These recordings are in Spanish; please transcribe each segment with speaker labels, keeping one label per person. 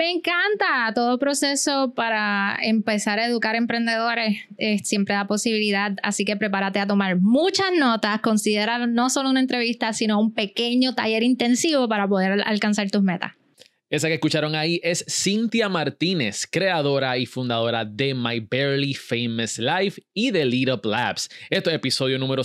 Speaker 1: Me encanta todo proceso para empezar a educar emprendedores. Siempre da posibilidad, así que prepárate a tomar muchas notas. Considera no solo una entrevista, sino un pequeño taller intensivo para poder alcanzar tus metas.
Speaker 2: Esa que escucharon ahí es Cynthia Martínez, creadora y fundadora de My Barely Famous Life y de Lead Up Labs. Esto es episodio número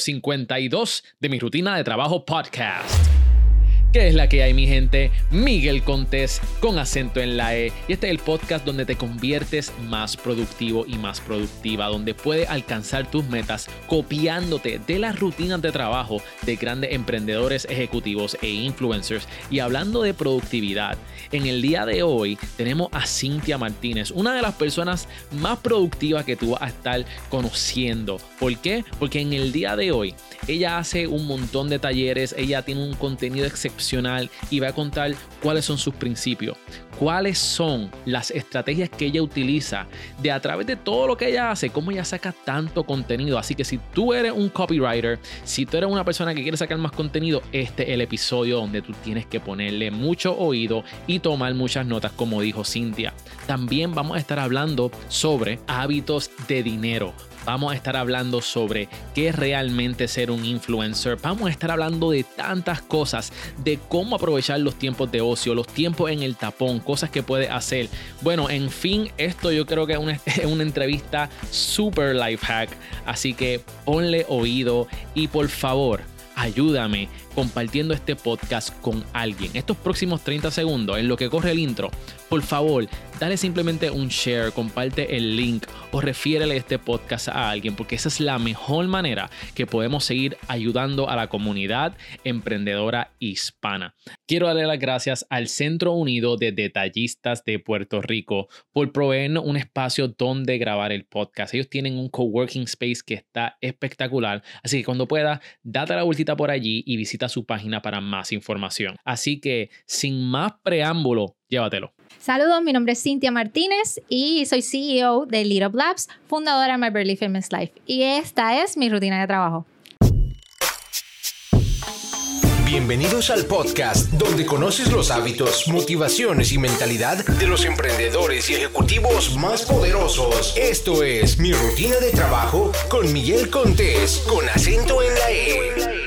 Speaker 2: 52 de Mi Rutina de Trabajo Podcast. ¿Qué es la que hay, mi gente? Miguel Contés con acento en la E. Y este es el podcast donde te conviertes más productivo y más productiva, donde puedes alcanzar tus metas copiándote de las rutinas de trabajo de grandes emprendedores, ejecutivos e influencers. Y hablando de productividad, en el día de hoy tenemos a Cynthia Martínez, una de las personas más productivas que tú vas a estar conociendo. ¿Por qué? Porque en el día de hoy ella hace un montón de talleres, ella tiene un contenido excepcional y va a contar cuáles son sus principios, cuáles son las estrategias que ella utiliza de a través de todo lo que ella hace, cómo ella saca tanto contenido. Así que si tú eres un copywriter, si tú eres una persona que quiere sacar más contenido, este es el episodio donde tú tienes que ponerle mucho oído y tomar muchas notas, como dijo Cynthia. También vamos a estar hablando sobre hábitos de dinero. Vamos a estar hablando sobre qué es realmente ser un influencer. Vamos a estar hablando de tantas cosas, de cómo aprovechar los tiempos de ocio, los tiempos en el tapón, cosas que puedes hacer. Bueno, en fin, esto yo creo que es una entrevista super life hack. Así que ponle oído y por favor, ayúdame compartiendo este podcast con alguien. Estos próximos 30 segundos, en lo que corre el intro, por favor, dale simplemente un share, comparte el link o refiérele este podcast a alguien, porque esa es la mejor manera que podemos seguir ayudando a la comunidad emprendedora hispana. Quiero darle las gracias al Centro Unido de Detallistas de Puerto Rico por proveernos un espacio donde grabar el podcast. Ellos tienen un coworking space que está espectacular, así que cuando puedas, date la vueltita por allí y visita su página para más información. Así que, sin más preámbulo, llévatelo.
Speaker 1: Saludos, mi nombre es Cynthia Martínez y soy CEO de Lead Up Labs, fundadora de My Barely Famous Life. Y esta es mi rutina de trabajo.
Speaker 3: Bienvenidos al podcast donde conoces los hábitos, motivaciones y mentalidad de los emprendedores y ejecutivos más poderosos. Esto es Mi Rutina de Trabajo con Miguel Contés, con acento en la E.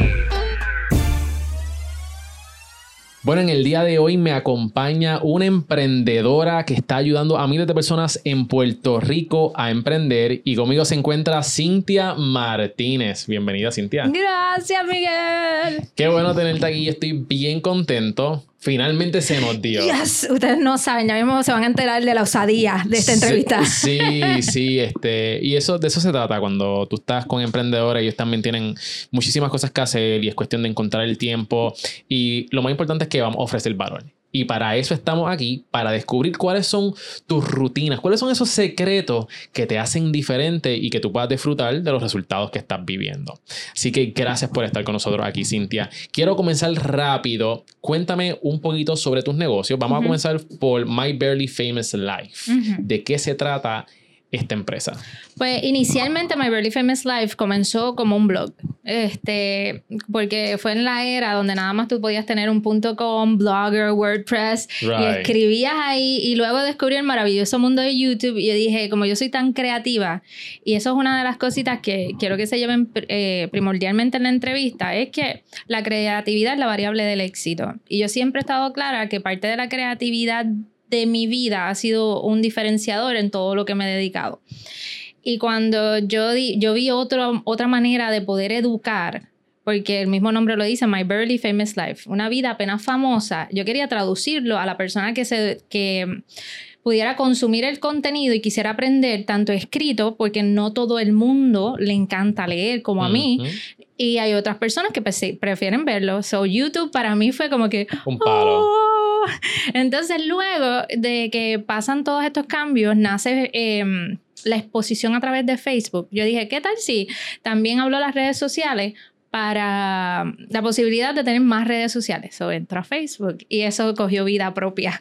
Speaker 2: Bueno, en el día de hoy me acompaña una emprendedora que está ayudando a miles de personas en Puerto Rico a emprender y conmigo se encuentra Cynthia Martínez. Bienvenida, Cynthia.
Speaker 1: Gracias, Miguel.
Speaker 2: Qué bueno tenerte aquí, estoy bien contento. Finalmente se nos dio.
Speaker 1: Yes. Ustedes no saben, ya mismo se van a enterar de la osadía de esta entrevista.
Speaker 2: Sí, y eso, de eso se trata cuando tú estás con emprendedores. Ellos también tienen muchísimas cosas que hacer y es cuestión de encontrar el tiempo. Y lo más importante es que vamos a ofrecer valor. Y para eso estamos aquí, para descubrir cuáles son tus rutinas, cuáles son esos secretos que te hacen diferente y que tú puedas disfrutar de los resultados que estás viviendo. Así que gracias por estar con nosotros aquí, Cynthia. Quiero comenzar rápido. Cuéntame un poquito sobre tus negocios. Vamos a comenzar por My Barely Famous Life. ¿De qué se trata esta empresa?
Speaker 1: Pues inicialmente My Barely Famous Life comenzó como un blog, porque fue en la era donde nada más tú podías tener un .com, Blogger, WordPress, y escribías ahí, y luego descubrí el maravilloso mundo de YouTube y yo dije, como yo soy tan creativa, y eso es una de las cositas que quiero que se lleven primordialmente en la entrevista, es que la creatividad es la variable del éxito, y yo siempre he estado clara que parte de la creatividad de mi vida ha sido un diferenciador en todo lo que me he dedicado. Y cuando yo vi otra manera de poder educar, porque el mismo nombre lo dice, My Barely Famous Life, una vida apenas famosa, yo quería traducirlo a la persona que pudiera consumir el contenido y quisiera aprender tanto escrito, porque no todo el mundo le encanta leer como a mí, y hay otras personas que prefieren verlo. So YouTube para mí fue como que
Speaker 2: un palo.
Speaker 1: Entonces luego de que pasan todos estos cambios nace la exposición a través de Facebook. Yo dije, ¿qué tal si también hablo de las redes sociales para la posibilidad de tener más redes sociales? So entro a Facebook y eso cogió vida propia.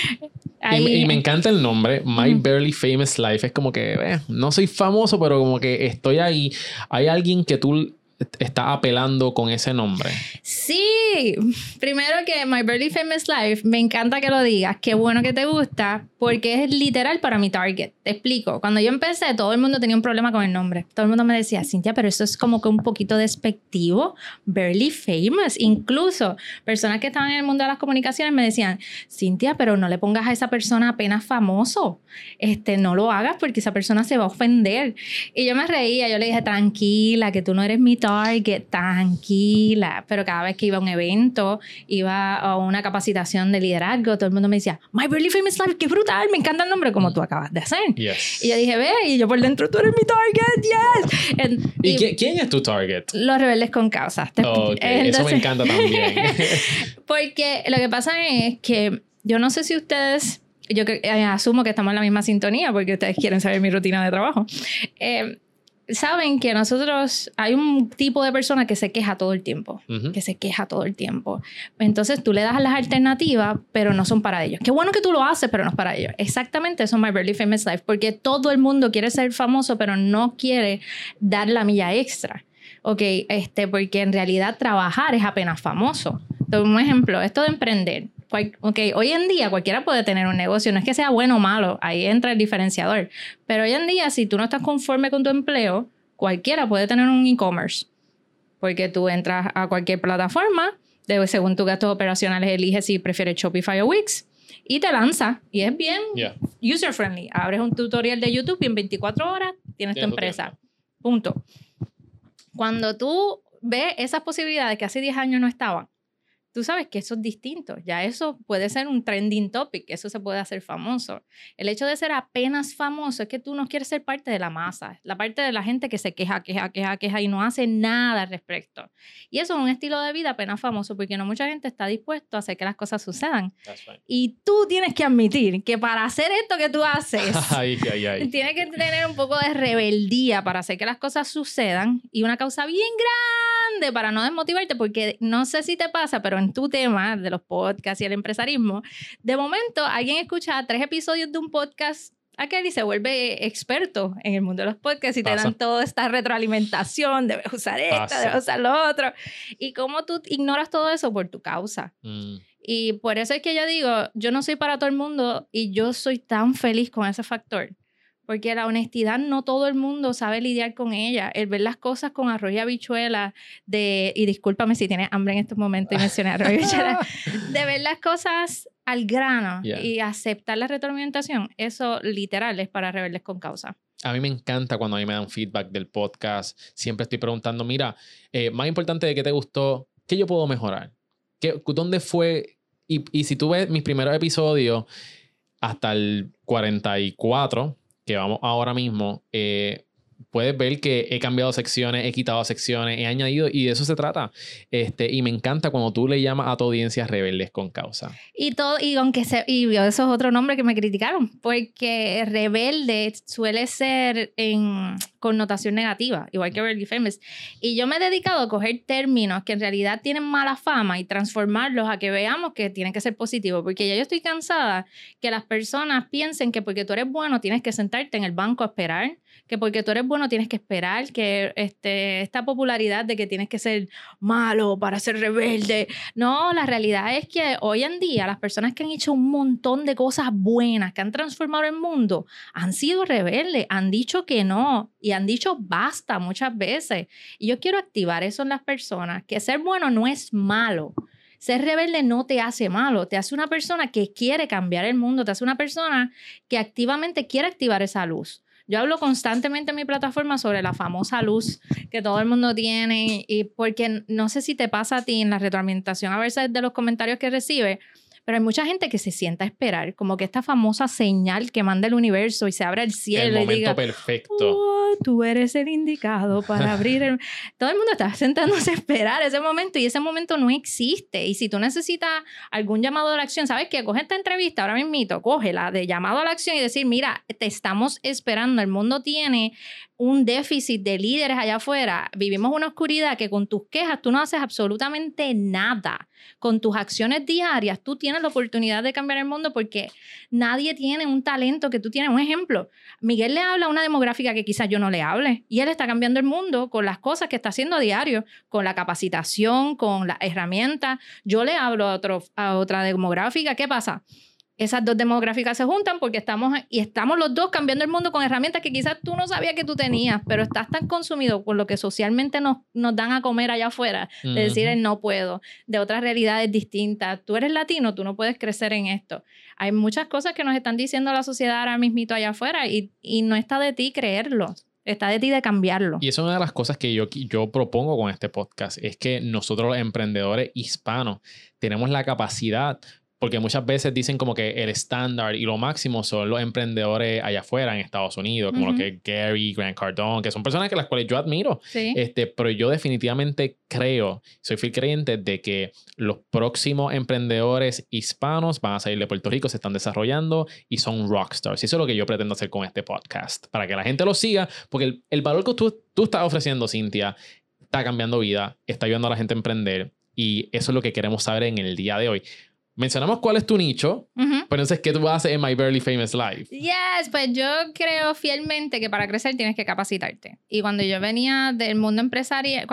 Speaker 2: Y me encanta el nombre, My Barely Famous Life. Es como que no soy famoso, pero como que estoy ahí. Hay alguien que tú está apelando con ese nombre?
Speaker 1: Sí, primero que My Barely Famous Life, me encanta que lo digas, qué bueno que te gusta, porque es literal para mi target. Te explico, cuando yo empecé todo el mundo tenía un problema con el nombre. Todo el mundo me decía, Cynthia, pero eso es como que un poquito despectivo, Barely Famous. Incluso personas que estaban en el mundo de las comunicaciones me decían, Cynthia, pero no le pongas a esa persona apenas famoso, no lo hagas porque esa persona se va a ofender. Y yo me reía, yo le dije, tranquila, que tú no eres mi target, tranquila. Pero cada vez que iba a un evento, iba a una capacitación de liderazgo, todo el mundo me decía, My Barely Famous Life, qué brutal, me encanta el nombre, como tú acabas de hacer.
Speaker 2: Yes.
Speaker 1: Y yo dije, ve, y yo por dentro, tú eres mi target, yes.
Speaker 2: ¿Y quién es tu target?
Speaker 1: Los rebeldes con causa.
Speaker 2: Okay. Entonces, eso me encanta también.
Speaker 1: Porque lo que pasa es que yo no sé si ustedes, yo asumo que estamos en la misma sintonía porque ustedes quieren saber mi rutina de trabajo. Saben que nosotros, hay un tipo de persona que se queja todo el tiempo, que se queja todo el tiempo. Entonces tú le das las alternativas, pero no son para ellos. Qué bueno que tú lo haces, pero no es para ellos. Exactamente eso es My Barely Famous Life, porque todo el mundo quiere ser famoso, pero no quiere dar la milla extra. Ok, porque en realidad trabajar es apenas famoso. Entonces, un ejemplo, esto de emprender. Okay, hoy en día cualquiera puede tener un negocio, no es que sea bueno o malo, ahí entra el diferenciador. Pero hoy en día, si tú no estás conforme con tu empleo, cualquiera puede tener un e-commerce. Porque tú entras a cualquier plataforma, según tus gastos operacionales eliges si prefieres Shopify o Wix, y te lanza. Y es bien user-friendly. Abres un tutorial de YouTube y en 24 horas tienes tu empresa. Punto. Cuando tú ves esas posibilidades que hace 10 años no estaban, tú sabes que eso es distinto. Ya eso puede ser un trending topic, eso se puede hacer famoso. El hecho de ser apenas famoso es que tú no quieres ser parte de la masa, la parte de la gente que se queja y no hace nada al respecto. Y eso es un estilo de vida apenas famoso porque no mucha gente está dispuesto a hacer que las cosas sucedan. Right. Y tú tienes que admitir que para hacer esto que tú haces, tienes que tener un poco de rebeldía para hacer que las cosas sucedan y una causa bien grande para no desmotivarte, porque no sé si te pasa, pero en tu tema de los podcasts y el empresarismo, de momento alguien escucha 3 episodios de un podcast aquel y se vuelve experto en el mundo de los podcasts y te dan toda esta retroalimentación, debes usar esto, debes usar lo otro, y cómo tú ignoras todo eso por tu causa. Y por eso es que yo digo, yo no soy para todo el mundo y yo soy tan feliz con ese factor. Porque la honestidad no todo el mundo sabe lidiar con ella. El ver las cosas con arroz y habichuela, y discúlpame si tienes hambre en estos momentos y mencioné arroz y habichuela, de ver las cosas al grano y aceptar la retroalimentación, eso literal es para rebeldes con causa.
Speaker 2: A mí me encanta cuando a mí me dan feedback del podcast. Siempre estoy preguntando, mira, más importante de qué te gustó, ¿qué yo puedo mejorar? ¿Dónde fue? Y si tú ves mis primeros episodios hasta el 44... que vamos ahora mismo, puedes ver que he cambiado secciones, he quitado secciones, he añadido, y de eso se trata. Y me encanta cuando tú le llamas a tu audiencia rebeldes con causa. Y
Speaker 1: eso es otro nombre que me criticaron, porque rebelde suele ser en connotación negativa, igual que Barely Famous. Y yo me he dedicado a coger términos que en realidad tienen mala fama y transformarlos a que veamos que tienen que ser positivos, porque ya yo estoy cansada que las personas piensen que porque tú eres bueno tienes que sentarte en el banco a esperar, que porque tú eres bueno tienes que esperar, que esta popularidad de que tienes que ser malo para ser rebelde. No, la realidad es que hoy en día las personas que han hecho un montón de cosas buenas, que han transformado el mundo, han sido rebeldes, han dicho que no y han dicho basta muchas veces. Y yo quiero activar eso en las personas, que ser bueno no es malo. Ser rebelde no te hace malo, te hace una persona que quiere cambiar el mundo, te hace una persona que activamente quiere activar esa luz. Yo hablo constantemente en mi plataforma sobre la famosa luz que todo el mundo tiene, y porque no sé si te pasa a ti en la retroalimentación a veces de los comentarios que recibe, pero hay mucha gente que se sienta a esperar, como que esta famosa señal que manda el universo y se abre el cielo
Speaker 2: y diga, perfecto. Oh,
Speaker 1: tú eres el indicado para abrir el... Todo el mundo está sentándose a esperar ese momento y ese momento no existe. Y si tú necesitas algún llamado a la acción, ¿sabes qué? Coge esta entrevista ahora mismito, cógela de llamado a la acción y decir, mira, te estamos esperando, el mundo tiene un déficit de líderes allá afuera. Vivimos una oscuridad que con tus quejas tú no haces absolutamente nada. Con tus acciones diarias tú tienes la oportunidad de cambiar el mundo porque nadie tiene un talento que tú tienes. Un ejemplo, Miguel le habla a una demográfica que quizás yo no le hable y él está cambiando el mundo con las cosas que está haciendo a diario, con la capacitación, con las herramientas. Yo le hablo a otra demográfica. ¿Qué pasa? Esas dos demográficas se juntan porque estamos los dos cambiando el mundo con herramientas que quizás tú no sabías que tú tenías, pero estás tan consumido por lo que socialmente nos dan a comer allá afuera, de decir el no puedo, de otras realidades distintas. Tú eres latino, tú no puedes crecer en esto. Hay muchas cosas que nos están diciendo la sociedad ahora mismito allá afuera y no está de ti creerlo. Está de ti de cambiarlo.
Speaker 2: Y eso es una de las cosas que yo propongo con este podcast, es que nosotros los emprendedores hispanos tenemos la capacidad. Porque muchas veces dicen como que el estándar y lo máximo son los emprendedores allá afuera en Estados Unidos, como lo que es Gary, Grant Cardone, que son personas que las cuales yo admiro.
Speaker 1: Sí.
Speaker 2: Pero yo definitivamente soy fiel creyente de que los próximos emprendedores hispanos van a salir de Puerto Rico, se están desarrollando y son rockstars. Y eso es lo que yo pretendo hacer con este podcast, para que la gente lo siga, porque el valor que tú estás ofreciendo, Cynthia, está cambiando vida, está ayudando a la gente a emprender y eso es lo que queremos saber en el día de hoy. Mencionamos cuál es tu nicho, pero entonces, ¿qué tú haces en My Barely Famous Life?
Speaker 1: Yes, pues yo creo fielmente que para crecer tienes que capacitarte. Y cuando yo venía del mundo empresarial,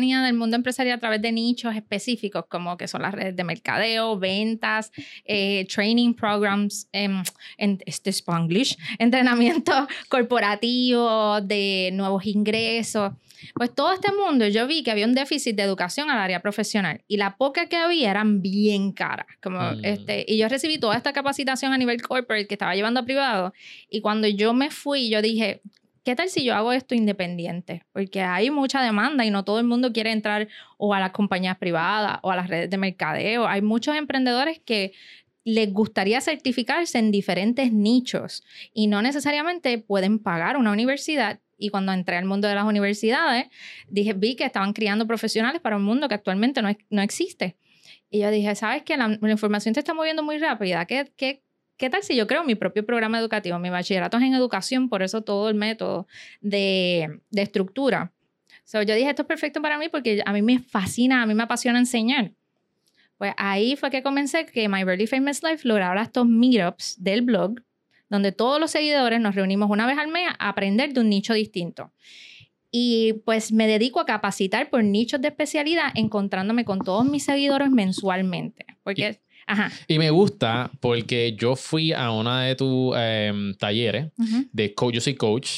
Speaker 1: a través de nichos específicos, como que son las redes de mercadeo, ventas, training programs, Spanglish, entrenamiento corporativo de nuevos ingresos. Pues todo este mundo yo vi que había un déficit de educación al área profesional y la poca que había eran bien caras. Y yo recibí toda esta capacitación a nivel corporate que estaba llevando a privado y cuando yo me fui yo dije, ¿qué tal si yo hago esto independiente? Porque hay mucha demanda y no todo el mundo quiere entrar o a las compañías privadas o a las redes de mercadeo. Hay muchos emprendedores que les gustaría certificarse en diferentes nichos y no necesariamente pueden pagar una universidad. Y cuando entré al mundo de las universidades, vi que estaban criando profesionales para un mundo que actualmente no existe. Y yo dije, ¿sabes qué? La información te está moviendo muy rápida. ¿Qué tal si yo creo mi propio programa educativo? Mi bachillerato es en educación, por eso todo el método de estructura. Yo dije, esto es perfecto para mí porque a mí me fascina, a mí me apasiona enseñar. Pues ahí fue que comencé que My Barely Famous Life lograba estos meetups del blog, donde todos los seguidores nos reunimos una vez al mes a aprender de un nicho distinto. Y pues me dedico a capacitar por nichos de especialidad, encontrándome con todos mis seguidores mensualmente. Y me
Speaker 2: gusta porque yo fui a una de tus talleres de coach. Yo soy coach,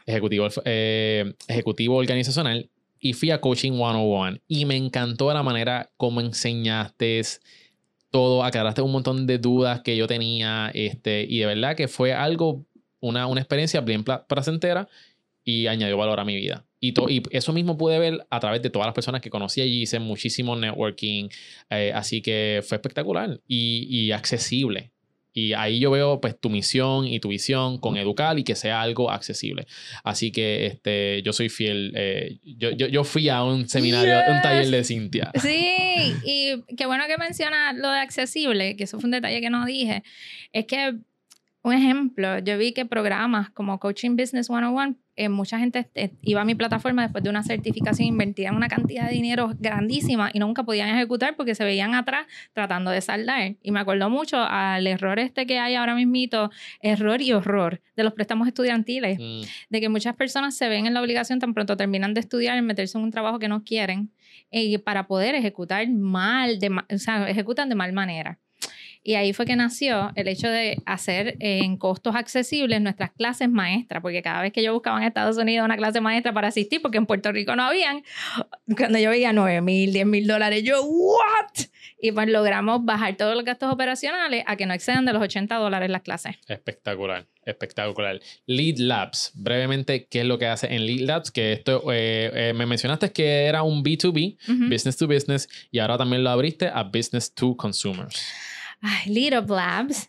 Speaker 2: ejecutivo organizacional, y fui a Coaching 101 y me encantó la manera como enseñaste todo, aclaraste un montón de dudas que yo tenía, y de verdad que fue algo, una experiencia bien placentera y añadió valor a mi vida. Y eso mismo pude ver a través de todas las personas que conocí allí, hice muchísimo networking, así que fue espectacular y accesible. Y ahí yo veo pues tu misión y tu visión con educar y que sea algo accesible. Así que yo soy fiel. Yo fui a un seminario, un taller de Cynthia.
Speaker 1: Sí, y qué bueno que mencionas lo de accesible, que eso fue un detalle que no dije. Es que, un ejemplo, yo vi que programas como Coaching Business 101, mucha gente iba a mi plataforma después de una certificación, invertían una cantidad de dinero grandísima y nunca podían ejecutar porque se veían atrás tratando de saldar. Y me acuerdo mucho al error que hay ahora mismito, error y horror de los préstamos estudiantiles, de que muchas personas se ven en la obligación tan pronto terminan de estudiar en meterse en un trabajo que no quieren para poder ejecutar ejecutan de mal manera. Y ahí fue que nació el hecho de hacer en costos accesibles nuestras clases maestras, porque cada vez que yo buscaba en Estados Unidos una clase maestra para asistir, porque en Puerto Rico no habían, cuando yo veía $9,000, $10,000, yo, ¿what? Y pues logramos bajar todos los gastos operacionales a que no excedan de los $80 las clases.
Speaker 2: Espectacular, espectacular. Lead Labs, brevemente, ¿qué es lo que hace en Lead Labs? Que esto, me mencionaste que era un B2B, business to business, y ahora también lo abriste a business to consumers.
Speaker 1: Lead Up Labs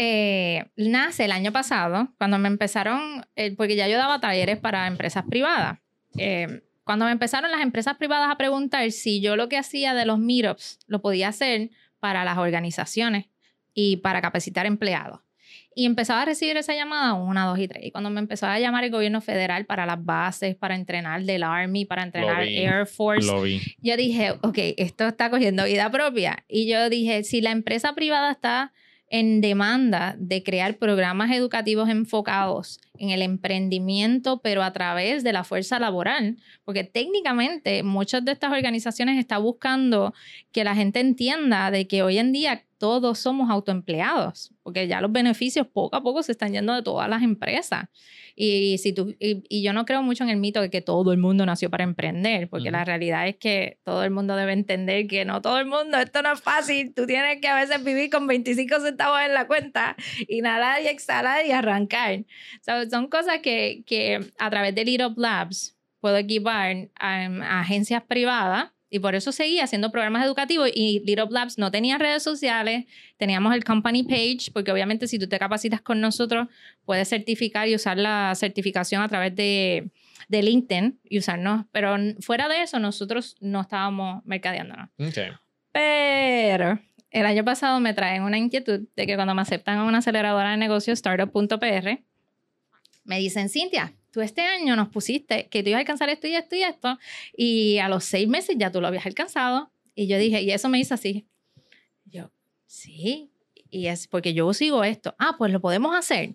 Speaker 1: nace el año pasado cuando me empezaron, porque ya yo daba talleres para empresas privadas. Cuando me empezaron las empresas privadas a preguntar si yo lo que hacía de los meetups lo podía hacer para las organizaciones y para capacitar empleados. Y empezaba a recibir esa llamada 1, 2 y 3. Y cuando me empezó a llamar el gobierno federal para las bases, para entrenar del Army, para entrenar Air Force, yo dije, ok, esto está cogiendo vida propia. Y yo dije, si la empresa privada está en demanda de crear programas educativos enfocados en el emprendimiento, pero a través de la fuerza laboral, porque técnicamente muchas de estas organizaciones están buscando que la gente entienda de que hoy en día todos somos autoempleados, porque ya los beneficios poco a poco se están yendo de todas las empresas. Y yo no creo mucho en el mito de que todo el mundo nació para emprender, porque la realidad es que todo el mundo debe entender que no todo el mundo, esto no es fácil, tú tienes que a veces vivir con 25 centavos en la cuenta, inhalar y exhalar y arrancar. Son cosas que a través de Little Labs puedo equipar a agencias privadas. Y por eso seguía haciendo programas educativos y Little Labs no tenía redes sociales, teníamos el company page, porque obviamente si tú te capacitas con nosotros, puedes certificar y usar la certificación a través de LinkedIn y usarnos. Pero fuera de eso, nosotros no estábamos mercadeándonos.
Speaker 2: Okay.
Speaker 1: Pero el año pasado me traen una inquietud de que cuando me aceptan a una aceleradora de negocios, startup.pr, me dicen, Cintia, tú este año nos pusiste que tú ibas a alcanzar esto y esto y esto, y a los 6 meses ya tú lo habías alcanzado. Y yo dije, y eso me hizo así. Yo, sí, y es porque yo sigo esto. Ah, pues lo podemos hacer.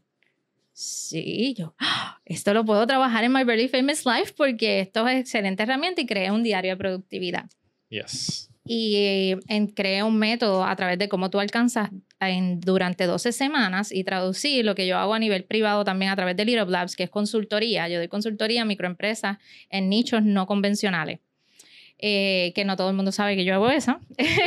Speaker 1: Sí, yo, esto lo puedo trabajar en My Barely Famous Life porque esto es excelente herramienta y creé un diario de productividad.
Speaker 2: Yes.
Speaker 1: Y creé un método a través de cómo tú alcanzas durante 12 semanas y traducir lo que yo hago a nivel privado también a través de Little Labs, que es consultoría. Yo doy consultoría a microempresas en nichos no convencionales. Que no todo el mundo sabe que yo hago eso,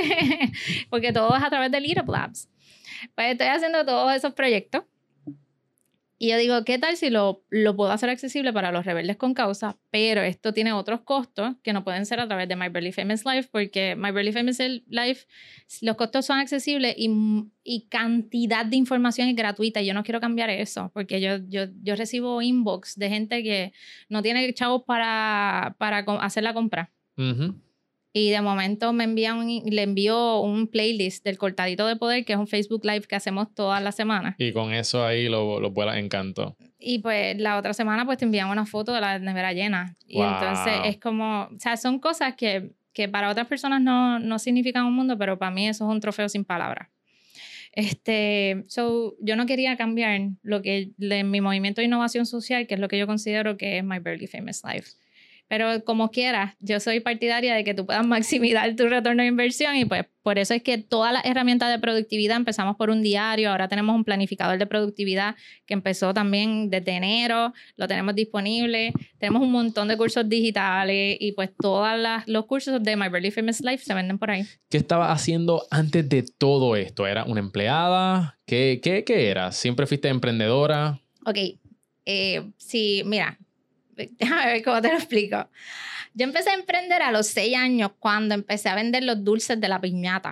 Speaker 1: porque todo es a través de Little Labs. Pues estoy haciendo todos esos proyectos. Y yo digo, ¿qué tal si lo puedo hacer accesible para los rebeldes con causa? Pero esto tiene otros costos que no pueden ser a través de My Barely Famous Life, porque My Barely Famous Life, los costos son accesibles y cantidad de información es gratuita. Y yo no quiero cambiar eso, porque yo recibo inbox de gente que no tiene chavos para hacer la compra.
Speaker 2: Uh-huh.
Speaker 1: Y de momento le envío un playlist del Cortadito de Poder, que es un Facebook Live que hacemos todas las semanas.
Speaker 2: Y con eso ahí lo vuelas encantó.
Speaker 1: Y pues la otra semana pues te envían una foto de la nevera llena. Y entonces es como, o sea, son cosas que para otras personas no significan un mundo, pero para mí eso es un trofeo sin palabras. Yo no quería cambiar mi movimiento de innovación social, que es lo que yo considero que es My Barely Famous Life. Pero como quieras, yo soy partidaria de que tú puedas maximizar tu retorno de inversión y pues por eso es que todas las herramientas de productividad empezamos por un diario, ahora tenemos un planificador de productividad que empezó también desde enero, lo tenemos disponible, tenemos un montón de cursos digitales y pues todos los cursos de My Barely Famous Life se venden por ahí.
Speaker 2: ¿Qué estabas haciendo antes de todo esto? ¿Era una empleada? ¿Qué era? ¿Siempre fuiste emprendedora?
Speaker 1: Ok, sí, mira. Déjame ver cómo te lo explico. Yo empecé a emprender a los 6 años cuando empecé a vender los dulces de la piñata.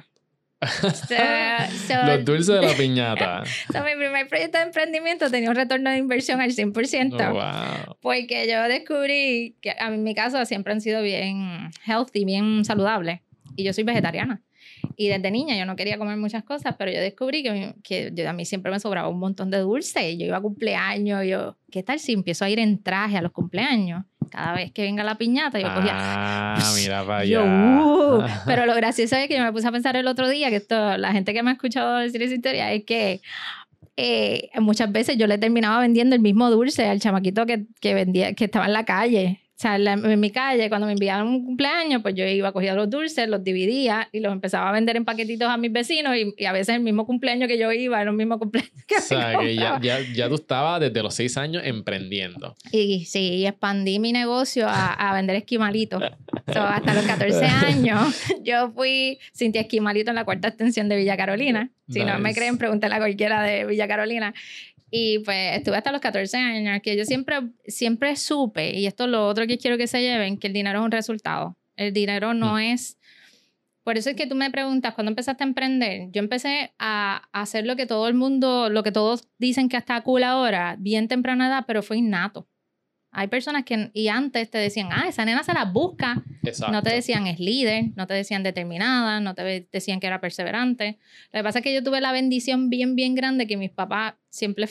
Speaker 2: Los dulces de la piñata.
Speaker 1: Mi primer proyecto de emprendimiento tenía un retorno de inversión al 100%.
Speaker 2: Oh, wow.
Speaker 1: Porque yo descubrí que en mi caso siempre han sido bien healthy, bien saludables. Y yo soy vegetariana. Y desde niña yo no quería comer muchas cosas, pero yo descubrí que a mí siempre me sobraba un montón de dulce. Yo iba a cumpleaños, ¿qué tal si empiezo a ir en traje a los cumpleaños? Cada vez que venga la piñata, yo cogía...
Speaker 2: mira para allá.
Speaker 1: Pero lo gracioso es que yo me puse a pensar el otro día, que la gente que me ha escuchado decir esa historia, es que muchas veces yo le terminaba vendiendo el mismo dulce al chamaquito que vendía, que estaba en la calle. O sea, en mi calle, cuando me enviaban un cumpleaños, pues yo iba, cogía los dulces, los dividía y los empezaba a vender en paquetitos a mis vecinos y a veces el mismo cumpleaños que yo iba era el mismo cumpleaños que
Speaker 2: o sea, que ya tú estabas desde los 6 años emprendiendo.
Speaker 1: Y sí, expandí mi negocio a vender esquimalitos. Hasta los 14 años yo fui Cintia Esquimalito en la 4ª extensión de Villa Carolina. Si no me creen, pregúntenle a cualquiera de Villa Carolina. Y pues estuve hasta los 14 años, que yo siempre supe, y esto es lo otro que quiero que se lleven, que el dinero es un resultado. El dinero no es... Por eso es que tú me preguntas, ¿cuándo empezaste a emprender? Yo empecé a hacer lo que todo el mundo, lo que todos dicen que está cool ahora, bien temprana edad, pero fue innato. Hay personas que, y antes te decían, esa nena se las busca.
Speaker 2: Exacto.
Speaker 1: No te decían es líder, no te decían determinada, no te decían que era perseverante. Lo que pasa es que yo tuve la bendición bien, bien grande que mis papás siempre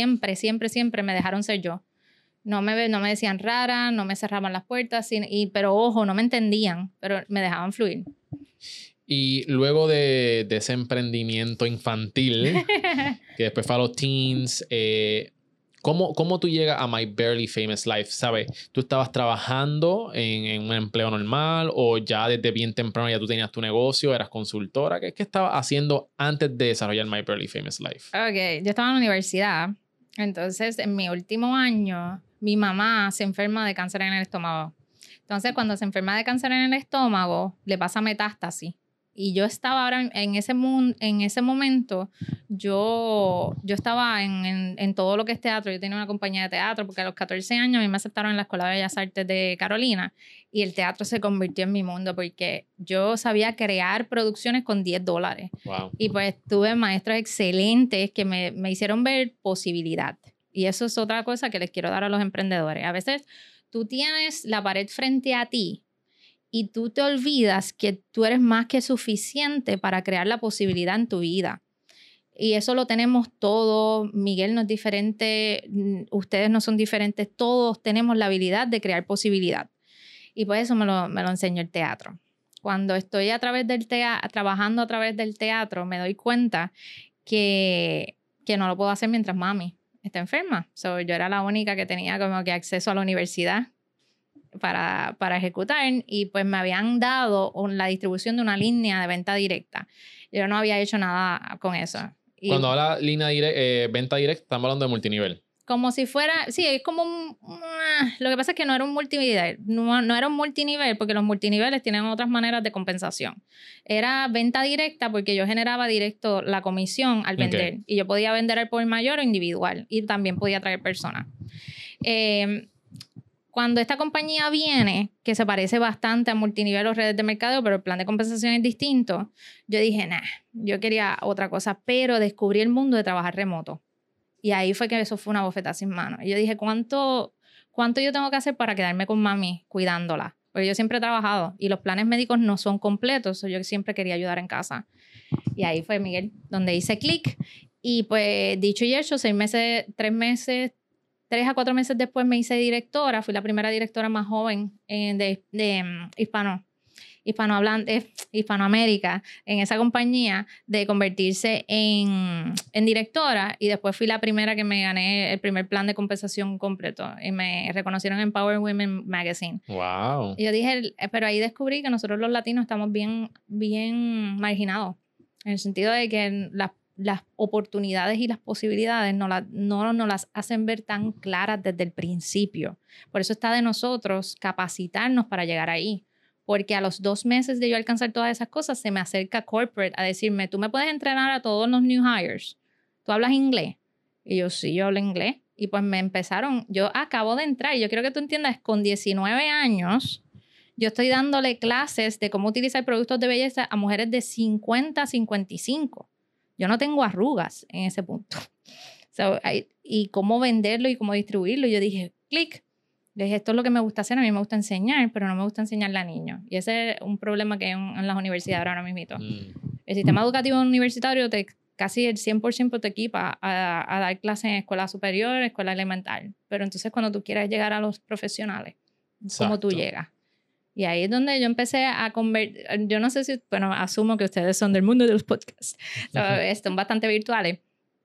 Speaker 1: me dejaron ser yo. No me decían rara, no me cerraban las puertas, pero ojo, no me entendían, pero me dejaban fluir.
Speaker 2: Y luego de ese emprendimiento infantil, que después fue a los teens, ¿cómo tú llegas a My Barely Famous Life? ¿Sabes? ¿Tú estabas trabajando en un empleo normal o ya desde bien temprano ya tú tenías tu negocio, eras consultora? ¿Qué estabas haciendo antes de desarrollar My Barely Famous Life?
Speaker 1: Ok, yo estaba en la universidad. Entonces, en mi último año, mi mamá se enferma de cáncer en el estómago. Entonces, cuando se enferma de cáncer en el estómago, le pasa metástasis. Y yo estaba ahora en ese momento, yo estaba en todo lo que es teatro. Yo tenía una compañía de teatro porque a los 14 años a mí me aceptaron en la Escuela de Bellas Artes de Carolina y el teatro se convirtió en mi mundo porque yo sabía crear producciones con $10.
Speaker 2: Wow.
Speaker 1: Y pues tuve maestros excelentes que me hicieron ver posibilidad. Y eso es otra cosa que les quiero dar a los emprendedores. A veces tú tienes la pared frente a ti y tú te olvidas que tú eres más que suficiente para crear la posibilidad en tu vida. Y eso lo tenemos todos. Miguel no es diferente, ustedes no son diferentes, todos tenemos la habilidad de crear posibilidad. Y pues eso me lo enseñó el teatro. Cuando estoy trabajando a través del teatro, me doy cuenta que no lo puedo hacer mientras mami está enferma. Yo era la única que tenía como que acceso a la universidad para ejecutar y pues me habían dado la distribución de una línea de venta directa. Yo no había hecho nada con eso.
Speaker 2: Cuando habla línea venta directa, estamos hablando de multinivel.
Speaker 1: Como si fuera, sí, es como lo que pasa es que no era un multinivel, no era un multinivel porque los multiniveles tienen otras maneras de compensación. Era venta directa porque yo generaba directo la comisión al vender y yo podía vender al por mayor o individual y también podía traer personas. Cuando esta compañía viene, que se parece bastante a multinivel o redes de mercadeo, pero el plan de compensación es distinto, yo dije, yo quería otra cosa, pero descubrí el mundo de trabajar remoto. Y ahí fue que eso fue una bofetada sin mano. Y yo dije, ¿cuánto yo tengo que hacer para quedarme con mami cuidándola? Porque yo siempre he trabajado y los planes médicos no son completos, yo siempre quería ayudar en casa. Y ahí fue, Miguel, donde hice clic. Y pues, dicho y hecho, 3 a 4 meses después me hice directora. Fui la primera directora más joven de Hispanoamérica en esa compañía de convertirse en directora y después fui la primera que me gané el primer plan de compensación completo y me reconocieron en Power Women Magazine.
Speaker 2: Wow.
Speaker 1: Y yo dije, pero ahí descubrí que nosotros los latinos estamos bien, bien marginados en el sentido de que las oportunidades y las posibilidades no las hacen ver tan claras desde el principio. Por eso está de nosotros capacitarnos para llegar ahí. Porque a los 2 meses de yo alcanzar todas esas cosas, se me acerca corporate a decirme, ¿tú me puedes entrenar a todos los new hires? ¿Tú hablas inglés? Y yo, sí, yo hablo inglés. Y pues me empezaron, yo acabo de entrar, y yo quiero que tú entiendas, con 19 años, yo estoy dándole clases de cómo utilizar productos de belleza a mujeres de 50 a 55. Yo no tengo arrugas en ese punto. Y cómo venderlo y cómo distribuirlo. Y yo dije, clic. Yo dije, esto es lo que me gusta hacer. A mí me gusta enseñar, pero no me gusta enseñarle a niños. Y ese es un problema que hay en las universidades ahora mismo. El sistema educativo universitario casi el 100% te equipa a dar clases en escuela superior, escuela elemental. Pero entonces cuando tú quieres llegar a los profesionales, ¿cómo tú llegas? Y ahí es donde yo empecé a convertir, yo no sé si, bueno, asumo que ustedes son del mundo de los podcasts, son bastante virtuales.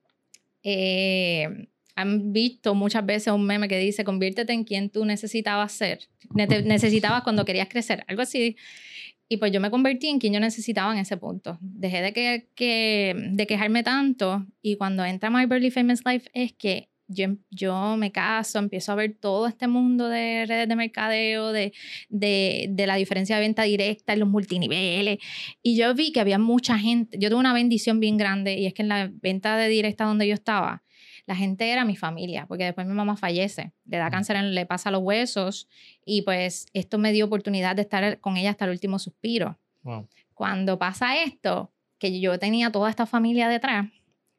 Speaker 1: Han visto muchas veces un meme que dice, conviértete en quien tú necesitabas ser, necesitabas cuando querías crecer, algo así. Y pues yo me convertí en quien yo necesitaba en ese punto. Dejé de quejarme tanto y cuando entra My Barely Famous Life es que yo me caso, empiezo a ver todo este mundo de redes de mercadeo, de la diferencia de venta directa en los multiniveles. Y yo vi que había mucha gente. Yo tuve una bendición bien grande y es que en la venta de directa donde yo estaba, la gente era mi familia, porque después mi mamá fallece, le da cáncer, le pasa los huesos y pues esto me dio oportunidad de estar con ella hasta el último suspiro.
Speaker 2: Wow.
Speaker 1: Cuando pasa esto, que yo tenía toda esta familia detrás,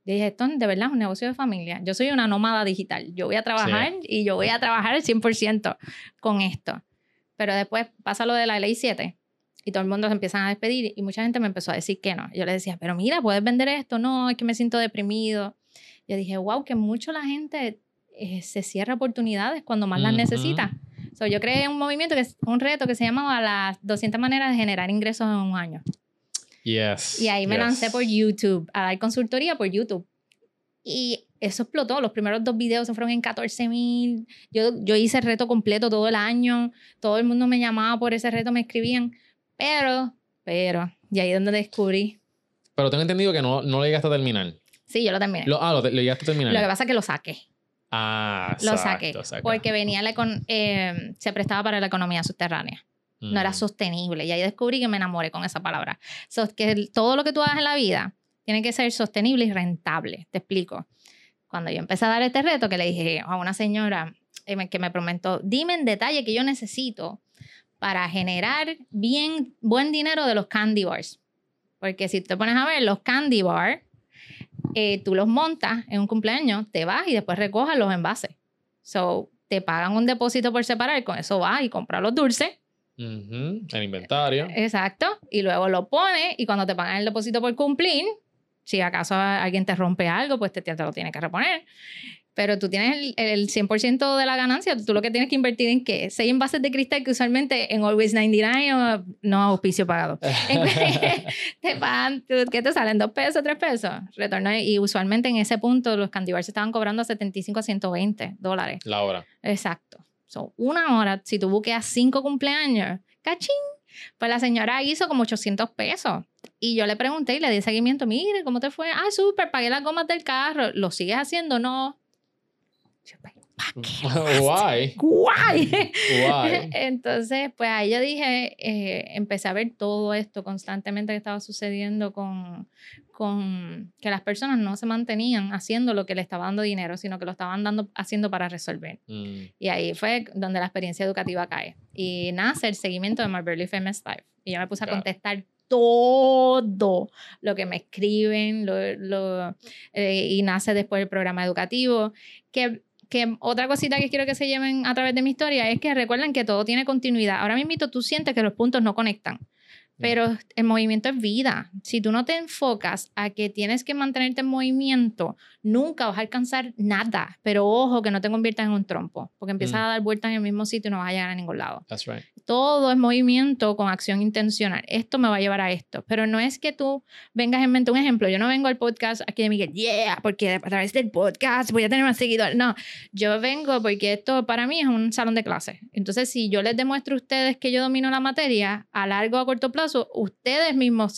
Speaker 1: Yo dije, esto de verdad es un negocio de familia. Yo soy una nómada digital. Yo voy a trabajar y yo voy a trabajar el 100% con esto. Pero después pasa lo de la ley 7 y todo el mundo se empiezan a despedir y mucha gente me empezó a decir que no. Yo le decía, pero mira, ¿puedes vender esto? No, es que me siento deprimido. Yo dije, wow, que mucho la gente se cierra oportunidades cuando más las necesita. So, yo creé un movimiento, un reto que se llamaba las 200 maneras de generar ingresos en un año.
Speaker 2: Yes.
Speaker 1: Y ahí me lancé por YouTube, a dar consultoría por YouTube. Y eso explotó. Los primeros 2 videos se fueron en 14,000. Yo hice el reto completo todo el año. Todo el mundo me llamaba por ese reto, me escribían. Pero, y ahí es donde descubrí.
Speaker 2: Pero tengo entendido que no lo llegaste a terminar.
Speaker 1: Sí, yo lo terminé.
Speaker 2: Lo llegaste a terminar.
Speaker 1: Lo que pasa es que lo saqué.
Speaker 2: Lo
Speaker 1: saqué. Porque venía se prestaba para la economía subterránea. No era sostenible. Y ahí descubrí que me enamoré con esa palabra. Que todo lo que tú hagas en la vida tiene que ser sostenible y rentable. Te explico. Cuando yo empecé a dar este reto, que le dije a una señora que me prometió, dime en detalle qué yo necesito para generar buen dinero de los candy bars. Porque si te pones a ver, los candy bars, tú los montas en un cumpleaños, te vas y después recojas los envases. So, te pagan un depósito por separar, con eso vas y compras los dulces.
Speaker 2: El inventario.
Speaker 1: Exacto. Y luego lo pones y cuando te pagan el depósito por cumplir, si acaso alguien te rompe algo, pues te lo tienes que reponer. Pero tú tienes el 100% de la ganancia. Tú lo que tienes que invertir en ¿qué? 6 envases de cristal que usualmente en Always 99 o no auspicio pagado. Te pagan, ¿qué te salen? $2, $3. Retorno. Y usualmente en ese punto los candy bars se estaban cobrando a $75 a $120.
Speaker 2: La hora.
Speaker 1: Exacto. So, 1 hora, si tú buqueas 5 cumpleaños, ¡cachín! Pues la señora hizo como $800. Y yo le pregunté y le di seguimiento. Mire, ¿cómo te fue? Ah, súper, pagué las gomas del carro. ¿Lo sigues haciendo? No. Yo,
Speaker 2: Why?
Speaker 1: Entonces, pues ahí yo dije, empecé a ver todo esto constantemente que estaba sucediendo con que las personas no se mantenían haciendo lo que le estaba dando dinero, sino que lo estaban haciendo para resolver. Y ahí fue donde la experiencia educativa cae. Y nace el seguimiento de My Barely Famous Life. Y yo me puse a contestar todo lo que me escriben y nace después el programa educativo. Que otra cosita que quiero que se lleven a través de mi historia es que recuerden que todo tiene continuidad. Ahora mismo tú sientes que los puntos no conectan, pero el movimiento es vida. Si tú no te enfocas a que tienes que mantenerte en movimiento, nunca vas a alcanzar nada. Pero ojo, que no te conviertas en un trompo, porque empiezas a dar vueltas en el mismo sitio y no vas a llegar a ningún lado.
Speaker 2: That's right.
Speaker 1: Todo es movimiento con acción intencional. Esto me va a llevar a esto. Pero no es que tú vengas en mente un ejemplo. Yo no vengo al podcast aquí de Miguel, porque a través del podcast voy a tener más seguidores. No, yo vengo porque esto para mí es un salón de clases. Entonces, si yo les demuestro a ustedes que yo domino la materia, a largo o a corto plazo, ustedes mismos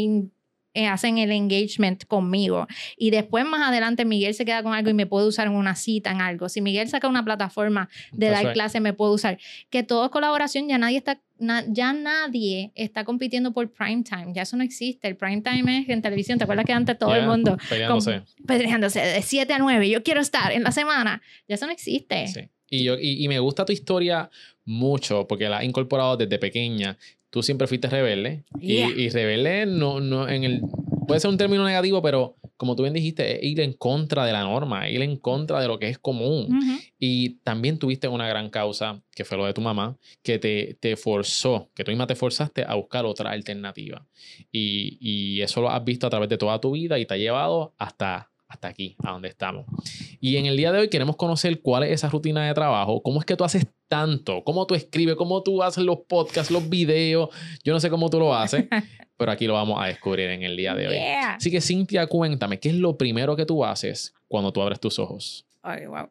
Speaker 1: hacen el engagement conmigo. Y después, más adelante, Miguel se queda con algo y me puede usar en una cita, en algo. Si Miguel saca una plataforma de dar clase, me puede usar. Que todo es colaboración, ya nadie está compitiendo por prime time. Ya eso no existe. El prime time es en televisión. ¿Te acuerdas que antes todo el mundo peleándose de 7 a 9? Yo quiero estar en la semana. Ya eso no existe.
Speaker 2: Sí. Y me gusta tu historia mucho porque la has incorporado desde pequeña. Tú siempre fuiste rebelde. Y rebelde puede ser un término negativo, pero como tú bien dijiste, es ir en contra de la norma, ir en contra de lo que es común. Y también tuviste una gran causa, que fue lo de tu mamá, que te forzó, que tú misma te forzaste a buscar otra alternativa. Y eso lo has visto a través de toda tu vida y te ha llevado hasta aquí, a donde estamos. Y en el día de hoy queremos conocer cuál es esa rutina de trabajo, cómo es que tú haces tanto, cómo tú escribes, cómo tú haces los podcasts, los videos. Yo no sé cómo tú lo haces, pero aquí lo vamos a descubrir en el día de hoy. Así que, Cynthia, cuéntame, ¿qué es lo primero que tú haces cuando tú abres tus ojos?
Speaker 1: Ay, wow.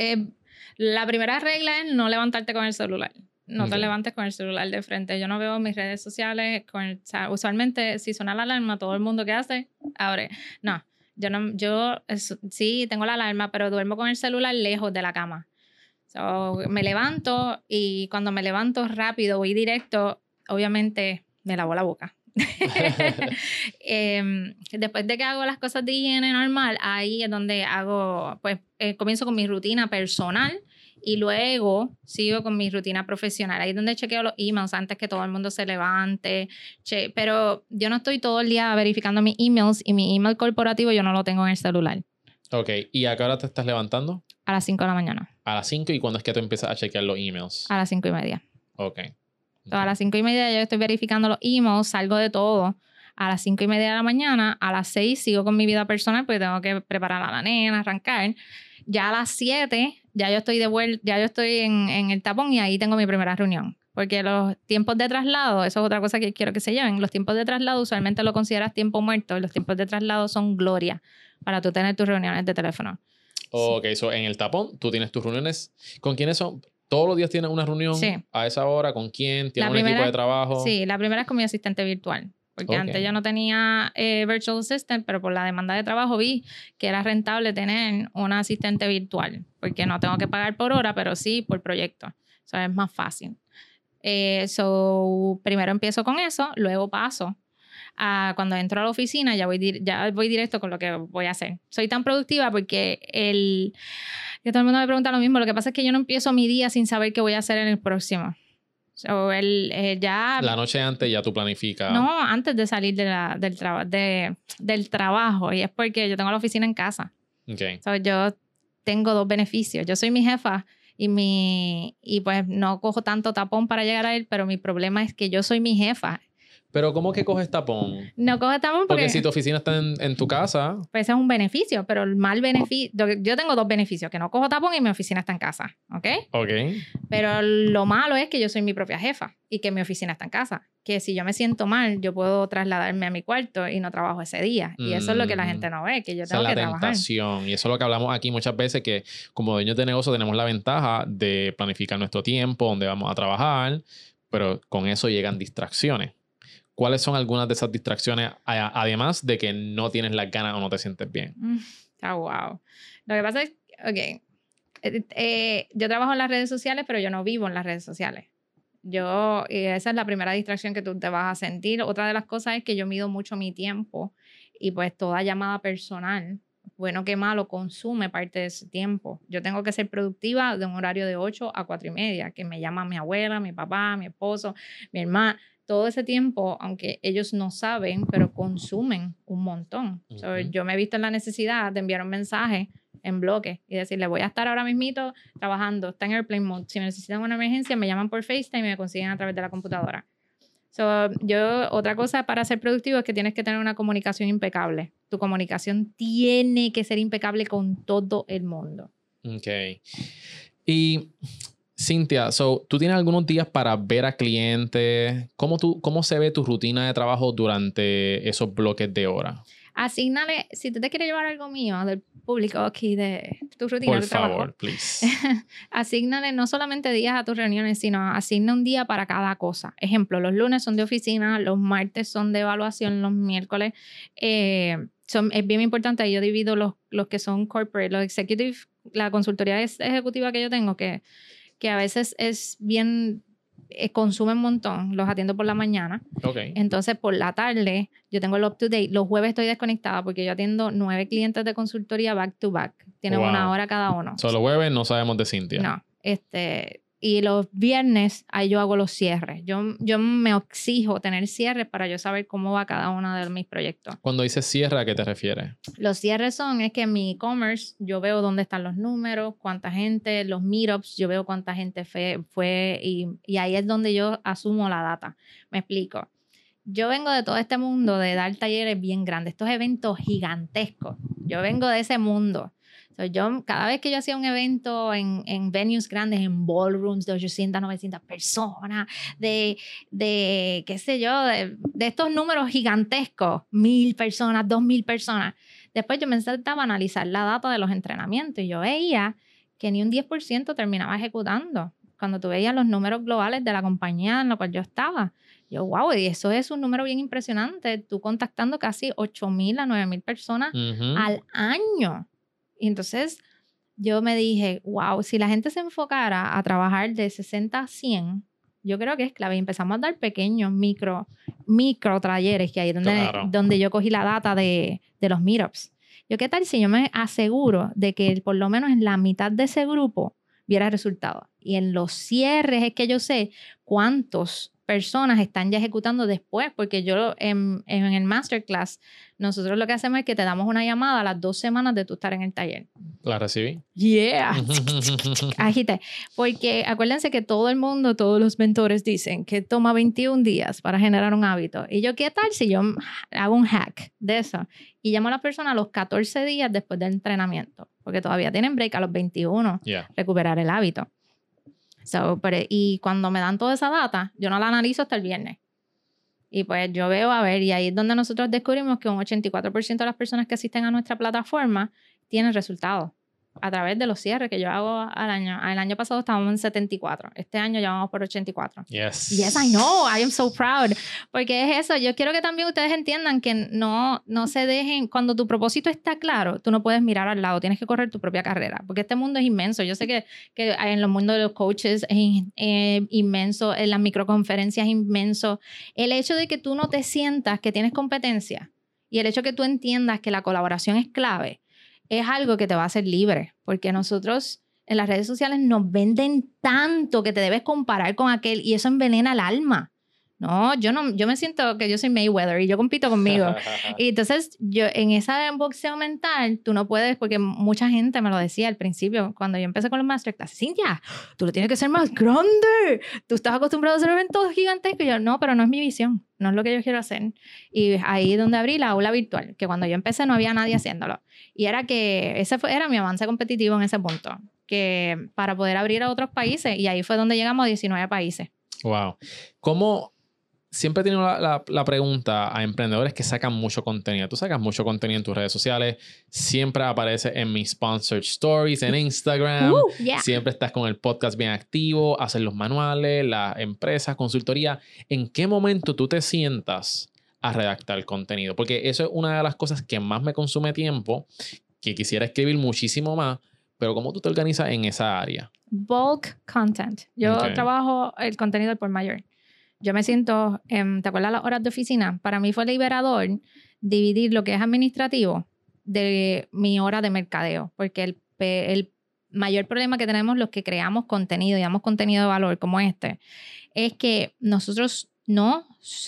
Speaker 1: La primera regla es no levantarte con el celular. No te levantes con el celular de frente. Yo no veo mis redes sociales. Usualmente, si suena la alarma, todo el mundo que hace, abre. No. Sí, tengo la alarma, pero duermo con el celular lejos de la cama. So, me levanto y cuando me levanto rápido, voy directo, obviamente me lavo la boca. Después de que hago las cosas de higiene normal, ahí es donde comienzo con mi rutina personal y luego sigo con mi rutina profesional. Ahí es donde chequeo los emails antes que todo el mundo se levante. Pero yo no estoy todo el día verificando mis emails y mi email corporativo yo no lo tengo en el celular.
Speaker 2: Ok, ¿y a qué hora te estás levantando?
Speaker 1: A las 5 de la mañana.
Speaker 2: A las 5, ¿y cuándo es que tú empiezas a chequear los emails?
Speaker 1: A las 5:30.
Speaker 2: Ok.
Speaker 1: A las 5:30 yo estoy verificando los emails, salgo de todo. A las 5:30 de la mañana, a las 6 sigo con mi vida personal porque tengo que preparar a la nena, arrancar. Ya a las 7 ya yo estoy de vuelta, ya yo estoy en el tapón y ahí tengo mi primera reunión. Porque los tiempos de traslado, eso es otra cosa que quiero que se lleven. Los tiempos de traslado usualmente lo consideras tiempo muerto y los tiempos de traslado son gloria para tú tener tus reuniones de teléfono.
Speaker 2: Ok, so en el tapón tú tienes tus reuniones. ¿Con quiénes son? ¿Todos los días tienes una reunión?
Speaker 1: Sí.
Speaker 2: ¿A esa hora? ¿Con quién? ¿Tienes un equipo de trabajo?
Speaker 1: Sí, la primera es con mi asistente virtual. Porque antes yo no tenía Virtual Assistant, pero por la demanda de trabajo vi que era rentable tener un asistente virtual. Porque no tengo que pagar por hora, pero sí por proyecto. Eso es más fácil. Primero empiezo con eso, luego paso a cuando entro a la oficina, ya voy directo con lo que voy a hacer. Soy tan productiva porque que todo el mundo me pregunta lo mismo. Lo que pasa es que yo no empiezo mi día sin saber qué voy a hacer en el próximo.
Speaker 2: La noche antes ya tú planificas.
Speaker 1: No, antes de salir del trabajo. Y es porque yo tengo la oficina en casa.
Speaker 2: Okay.
Speaker 1: Yo tengo 2 beneficios. Yo soy mi jefa y pues no cojo tanto tapón para llegar a él, pero mi problema es que yo soy mi jefa.
Speaker 2: Pero ¿cómo que coges tapón?
Speaker 1: No coges tapón
Speaker 2: porque si tu oficina está en tu casa.
Speaker 1: Pues ese es un beneficio, pero el mal beneficio... Yo tengo 2 beneficios, que no cojo tapón y mi oficina está en casa, ¿ok?
Speaker 2: Ok.
Speaker 1: Pero lo malo es que yo soy mi propia jefa y que mi oficina está en casa. Que si yo me siento mal, yo puedo trasladarme a mi cuarto y no trabajo ese día. Y eso es lo que la gente no ve, que yo tengo que trabajar. Esa es la tentación.
Speaker 2: Y eso es lo que hablamos aquí muchas veces, que como dueños de negocio tenemos la ventaja de planificar nuestro tiempo, dónde vamos a trabajar, pero con eso llegan distracciones. ¿Cuáles son algunas de esas distracciones, además de que no tienes las ganas o no te sientes bien?
Speaker 1: Wow. Lo que pasa es, yo trabajo en las redes sociales, pero yo no vivo en las redes sociales. Esa es la primera distracción que tú te vas a sentir. Otra de las cosas es que yo mido mucho mi tiempo y pues toda llamada personal, bueno que malo, consume parte de ese tiempo. Yo tengo que ser productiva de un horario de 8 a 4:30, que me llama mi abuela, mi papá, mi esposo, mi hermana. Todo ese tiempo, aunque ellos no saben, pero consumen un montón. Yo me he visto en la necesidad de enviar un mensaje en bloque y decirle, voy a estar ahora mismito trabajando, está en Airplane Mode. Si necesitan una emergencia, me llaman por FaceTime y me consiguen a través de la computadora. Otra cosa para ser productivo es que tienes que tener una comunicación impecable. Tu comunicación tiene que ser impecable con todo el mundo.
Speaker 2: Ok. Y... Cynthia, ¿tú tienes algunos días para ver a clientes? ¿Cómo se ve tu rutina de trabajo durante esos bloques de horas?
Speaker 1: Asígnale, si tú te quieres llevar algo mío del público aquí, de tu rutina de trabajo.
Speaker 2: Por favor, please.
Speaker 1: Asígnale no solamente días a tus reuniones, sino asigna un día para cada cosa. Ejemplo, los lunes son de oficina, los martes son de evaluación, los miércoles es bien importante. Yo divido los que son corporate, los executive, la consultoría ejecutiva que yo tengo, que a veces es bien, consume un montón, los atiendo por la mañana.
Speaker 2: Okay.
Speaker 1: Entonces, por la tarde, yo tengo el up-to-date. Los jueves estoy desconectada porque yo atiendo 9 clientes de consultoría back-to-back. Tienen una hora cada uno.
Speaker 2: Los jueves no sabemos de Cynthia.
Speaker 1: No. Y los viernes, ahí yo hago los cierres. Yo me exijo tener cierres para yo saber cómo va cada uno de mis proyectos.
Speaker 2: Cuando dices cierre, ¿a qué te refieres?
Speaker 1: Los cierres es que en mi e-commerce yo veo dónde están los números, cuánta gente, los meetups, yo veo cuánta gente fue y ahí es donde yo asumo la data. Me explico. Yo vengo de todo este mundo de dar talleres bien grandes, estos eventos gigantescos. Yo vengo de ese mundo. Cada vez que yo hacía un evento en venues grandes, en ballrooms de 800, 900 personas, de qué sé yo, de estos números gigantescos, 1,000 personas, 2,000 personas. Después yo me sentaba a analizar la data de los entrenamientos y yo veía que ni un 10% terminaba ejecutando. Cuando tú veías los números globales de la compañía en la cual yo estaba, yo, wow, y eso es un número bien impresionante. Tú contactando casi 8,000 a 9,000 personas al año. Y entonces yo me dije, wow, si la gente se enfocara a trabajar de 60 a 100, yo creo que es clave. Y empezamos a dar pequeños micro talleres, que ahí es donde yo cogí la data de los meetups. ¿Qué tal si yo me aseguro de que por lo menos en la mitad de ese grupo viera resultados. Y en los cierres es que yo sé cuántas personas están ya ejecutando después, porque yo en el masterclass, nosotros lo que hacemos es que te damos una llamada a las 2 semanas de tú estar en el taller.
Speaker 2: ¿La recibí?
Speaker 1: Yeah. Agite. Porque acuérdense que todo el mundo, todos los mentores dicen que toma 21 días para generar un hábito. Y yo, ¿qué tal si yo hago un hack de eso? Y llamo a la persona a los 14 días después del entrenamiento, porque todavía tienen break a los 21, recuperar el hábito. Y cuando me dan toda esa data, yo no la analizo hasta el viernes. Y pues yo veo, y ahí es donde nosotros descubrimos que un 84% de las personas que asisten a nuestra plataforma tienen resultados a través de los cierres que yo hago al año. El año pasado estábamos en 74. Este año ya vamos por 84.
Speaker 2: Yes,
Speaker 1: I know. I am so proud. Porque es eso. Yo quiero que también ustedes entiendan que no se dejen... Cuando tu propósito está claro, tú no puedes mirar al lado. Tienes que correr tu propia carrera. Porque este mundo es inmenso. Yo sé que en los mundos de los coaches es inmenso. En las microconferencias es inmenso. El hecho de que tú no te sientas que tienes competencia y el hecho de que tú entiendas que la colaboración es clave es algo que te va a hacer libre, porque nosotros en las redes sociales nos venden tanto que te debes comparar con aquel y eso envenena el alma. No, yo me siento que yo soy Mayweather y yo compito conmigo. Y entonces yo en ese boxeo mental, tú no puedes, porque mucha gente me lo decía al principio, cuando yo empecé con los masterclass, Cintia, tú lo tienes que hacer más grande. Tú estás acostumbrado a hacer eventos gigantescos. Y yo, no, pero no es mi visión. No es lo que yo quiero hacer. Y ahí es donde abrí la aula virtual, que cuando yo empecé no había nadie haciéndolo. Y era que era mi avance competitivo en ese punto, que para poder abrir a otros países. Y ahí fue donde llegamos a 19 países.
Speaker 2: Wow. ¿Cómo? Siempre he tenido la pregunta a emprendedores que sacan mucho contenido. Tú sacas mucho contenido en tus redes sociales. Siempre apareces en mis sponsored stories en Instagram. Siempre estás con el podcast bien activo. Haces los manuales, las empresas, consultoría. ¿En qué momento tú te sientas a redactar el contenido? Porque eso es una de las cosas que más me consume tiempo, que quisiera escribir muchísimo más. Pero ¿cómo tú te organizas en esa área?
Speaker 1: Bulk content. Yo trabajo el contenido al por mayor. Yo me siento, ¿te acuerdas las horas de oficina? Para mí fue liberador dividir lo que es administrativo de mi hora de mercadeo, porque el mayor problema que tenemos los que creamos contenido y damos contenido de valor como este, es que nosotros no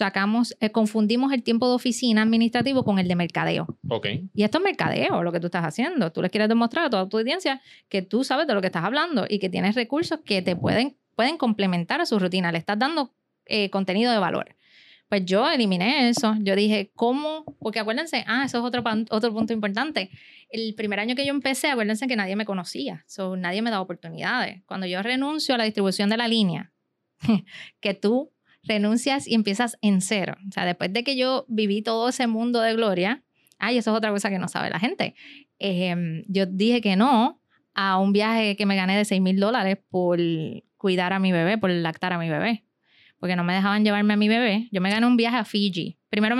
Speaker 1: confundimos el tiempo de oficina administrativo con el de mercadeo.
Speaker 2: Okay.
Speaker 1: Y esto es mercadeo, lo que tú estás haciendo. Tú les quieres demostrar a toda tu audiencia que tú sabes de lo que estás hablando y que tienes recursos que te pueden complementar a su rutina. Le estás dando contenido de valor. Pues yo eliminé eso. Yo dije, ¿cómo? Porque acuérdense, eso es otro punto importante. El primer año que yo empecé, acuérdense que nadie me conocía. Nadie me daba oportunidades. Cuando yo renuncio a la distribución de la línea, que tú renuncias y empiezas en cero. O sea, después de que yo viví todo ese mundo de gloria, eso es otra cosa que no sabe la gente. Yo dije que no a un viaje que me gané de $6,000 por cuidar a mi bebé, por lactar a mi bebé. Porque no me dejaban llevarme a mi bebé. Yo me gané un viaje a Fiji. Primero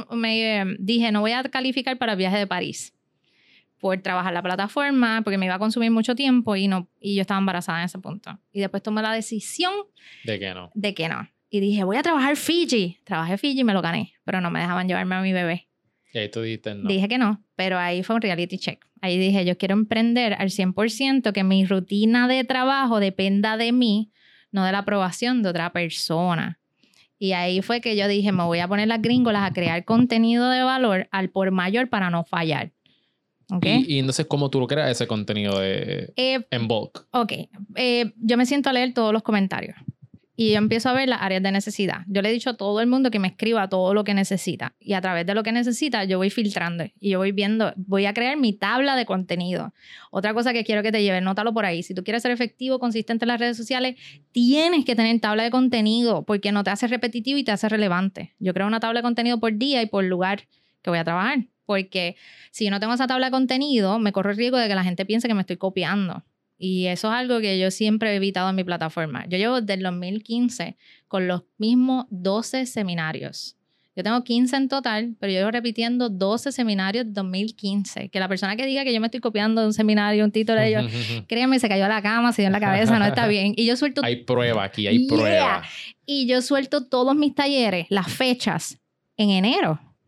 Speaker 1: dije, no voy a calificar para el viaje de París por trabajar la plataforma, porque me iba a consumir mucho tiempo y yo estaba embarazada en ese punto. Y después tomé la decisión
Speaker 2: de que no.
Speaker 1: Y dije, voy a trabajar Fiji. Trabajé Fiji y me lo gané, pero no me dejaban llevarme a mi bebé.
Speaker 2: Y ahí tú dijiste no.
Speaker 1: Dije que no, pero ahí fue un reality check. Ahí dije, yo quiero emprender al 100%, que mi rutina de trabajo dependa de mí, no de la aprobación de otra persona. Y ahí fue que yo dije, me voy a poner las gringolas a crear contenido de valor al por mayor para no fallar. ¿Okay?
Speaker 2: Y entonces, ¿cómo tú creas ese contenido en bulk?
Speaker 1: Ok. Yo me siento a leer todos los comentarios. Y yo empiezo a ver las áreas de necesidad. Yo le he dicho a todo el mundo que me escriba todo lo que necesita. Y a través de lo que necesita, yo voy filtrando. Y yo voy viendo, voy a crear mi tabla de contenido. Otra cosa que quiero que te lleves, nótalo por ahí. Si tú quieres ser efectivo, consistente en las redes sociales, tienes que tener tabla de contenido porque no te hace repetitivo y te hace relevante. Yo creo una tabla de contenido por día y por lugar que voy a trabajar. Porque si yo no tengo esa tabla de contenido, me corro el riesgo de que la gente piense que me estoy copiando. Y eso es algo que yo siempre he evitado en mi plataforma. Yo llevo desde el 2015 con los mismos 12 seminarios. Yo tengo 15 en total, pero yo llevo repitiendo 12 seminarios de 2015. Que la persona que diga que yo me estoy copiando de un seminario, un título de ellos, créeme, se cayó a la cama, se dio en la cabeza, no está bien. Y yo suelto...
Speaker 2: Hay prueba aquí, hay prueba.
Speaker 1: Y yo suelto todos mis talleres, las fechas, en enero.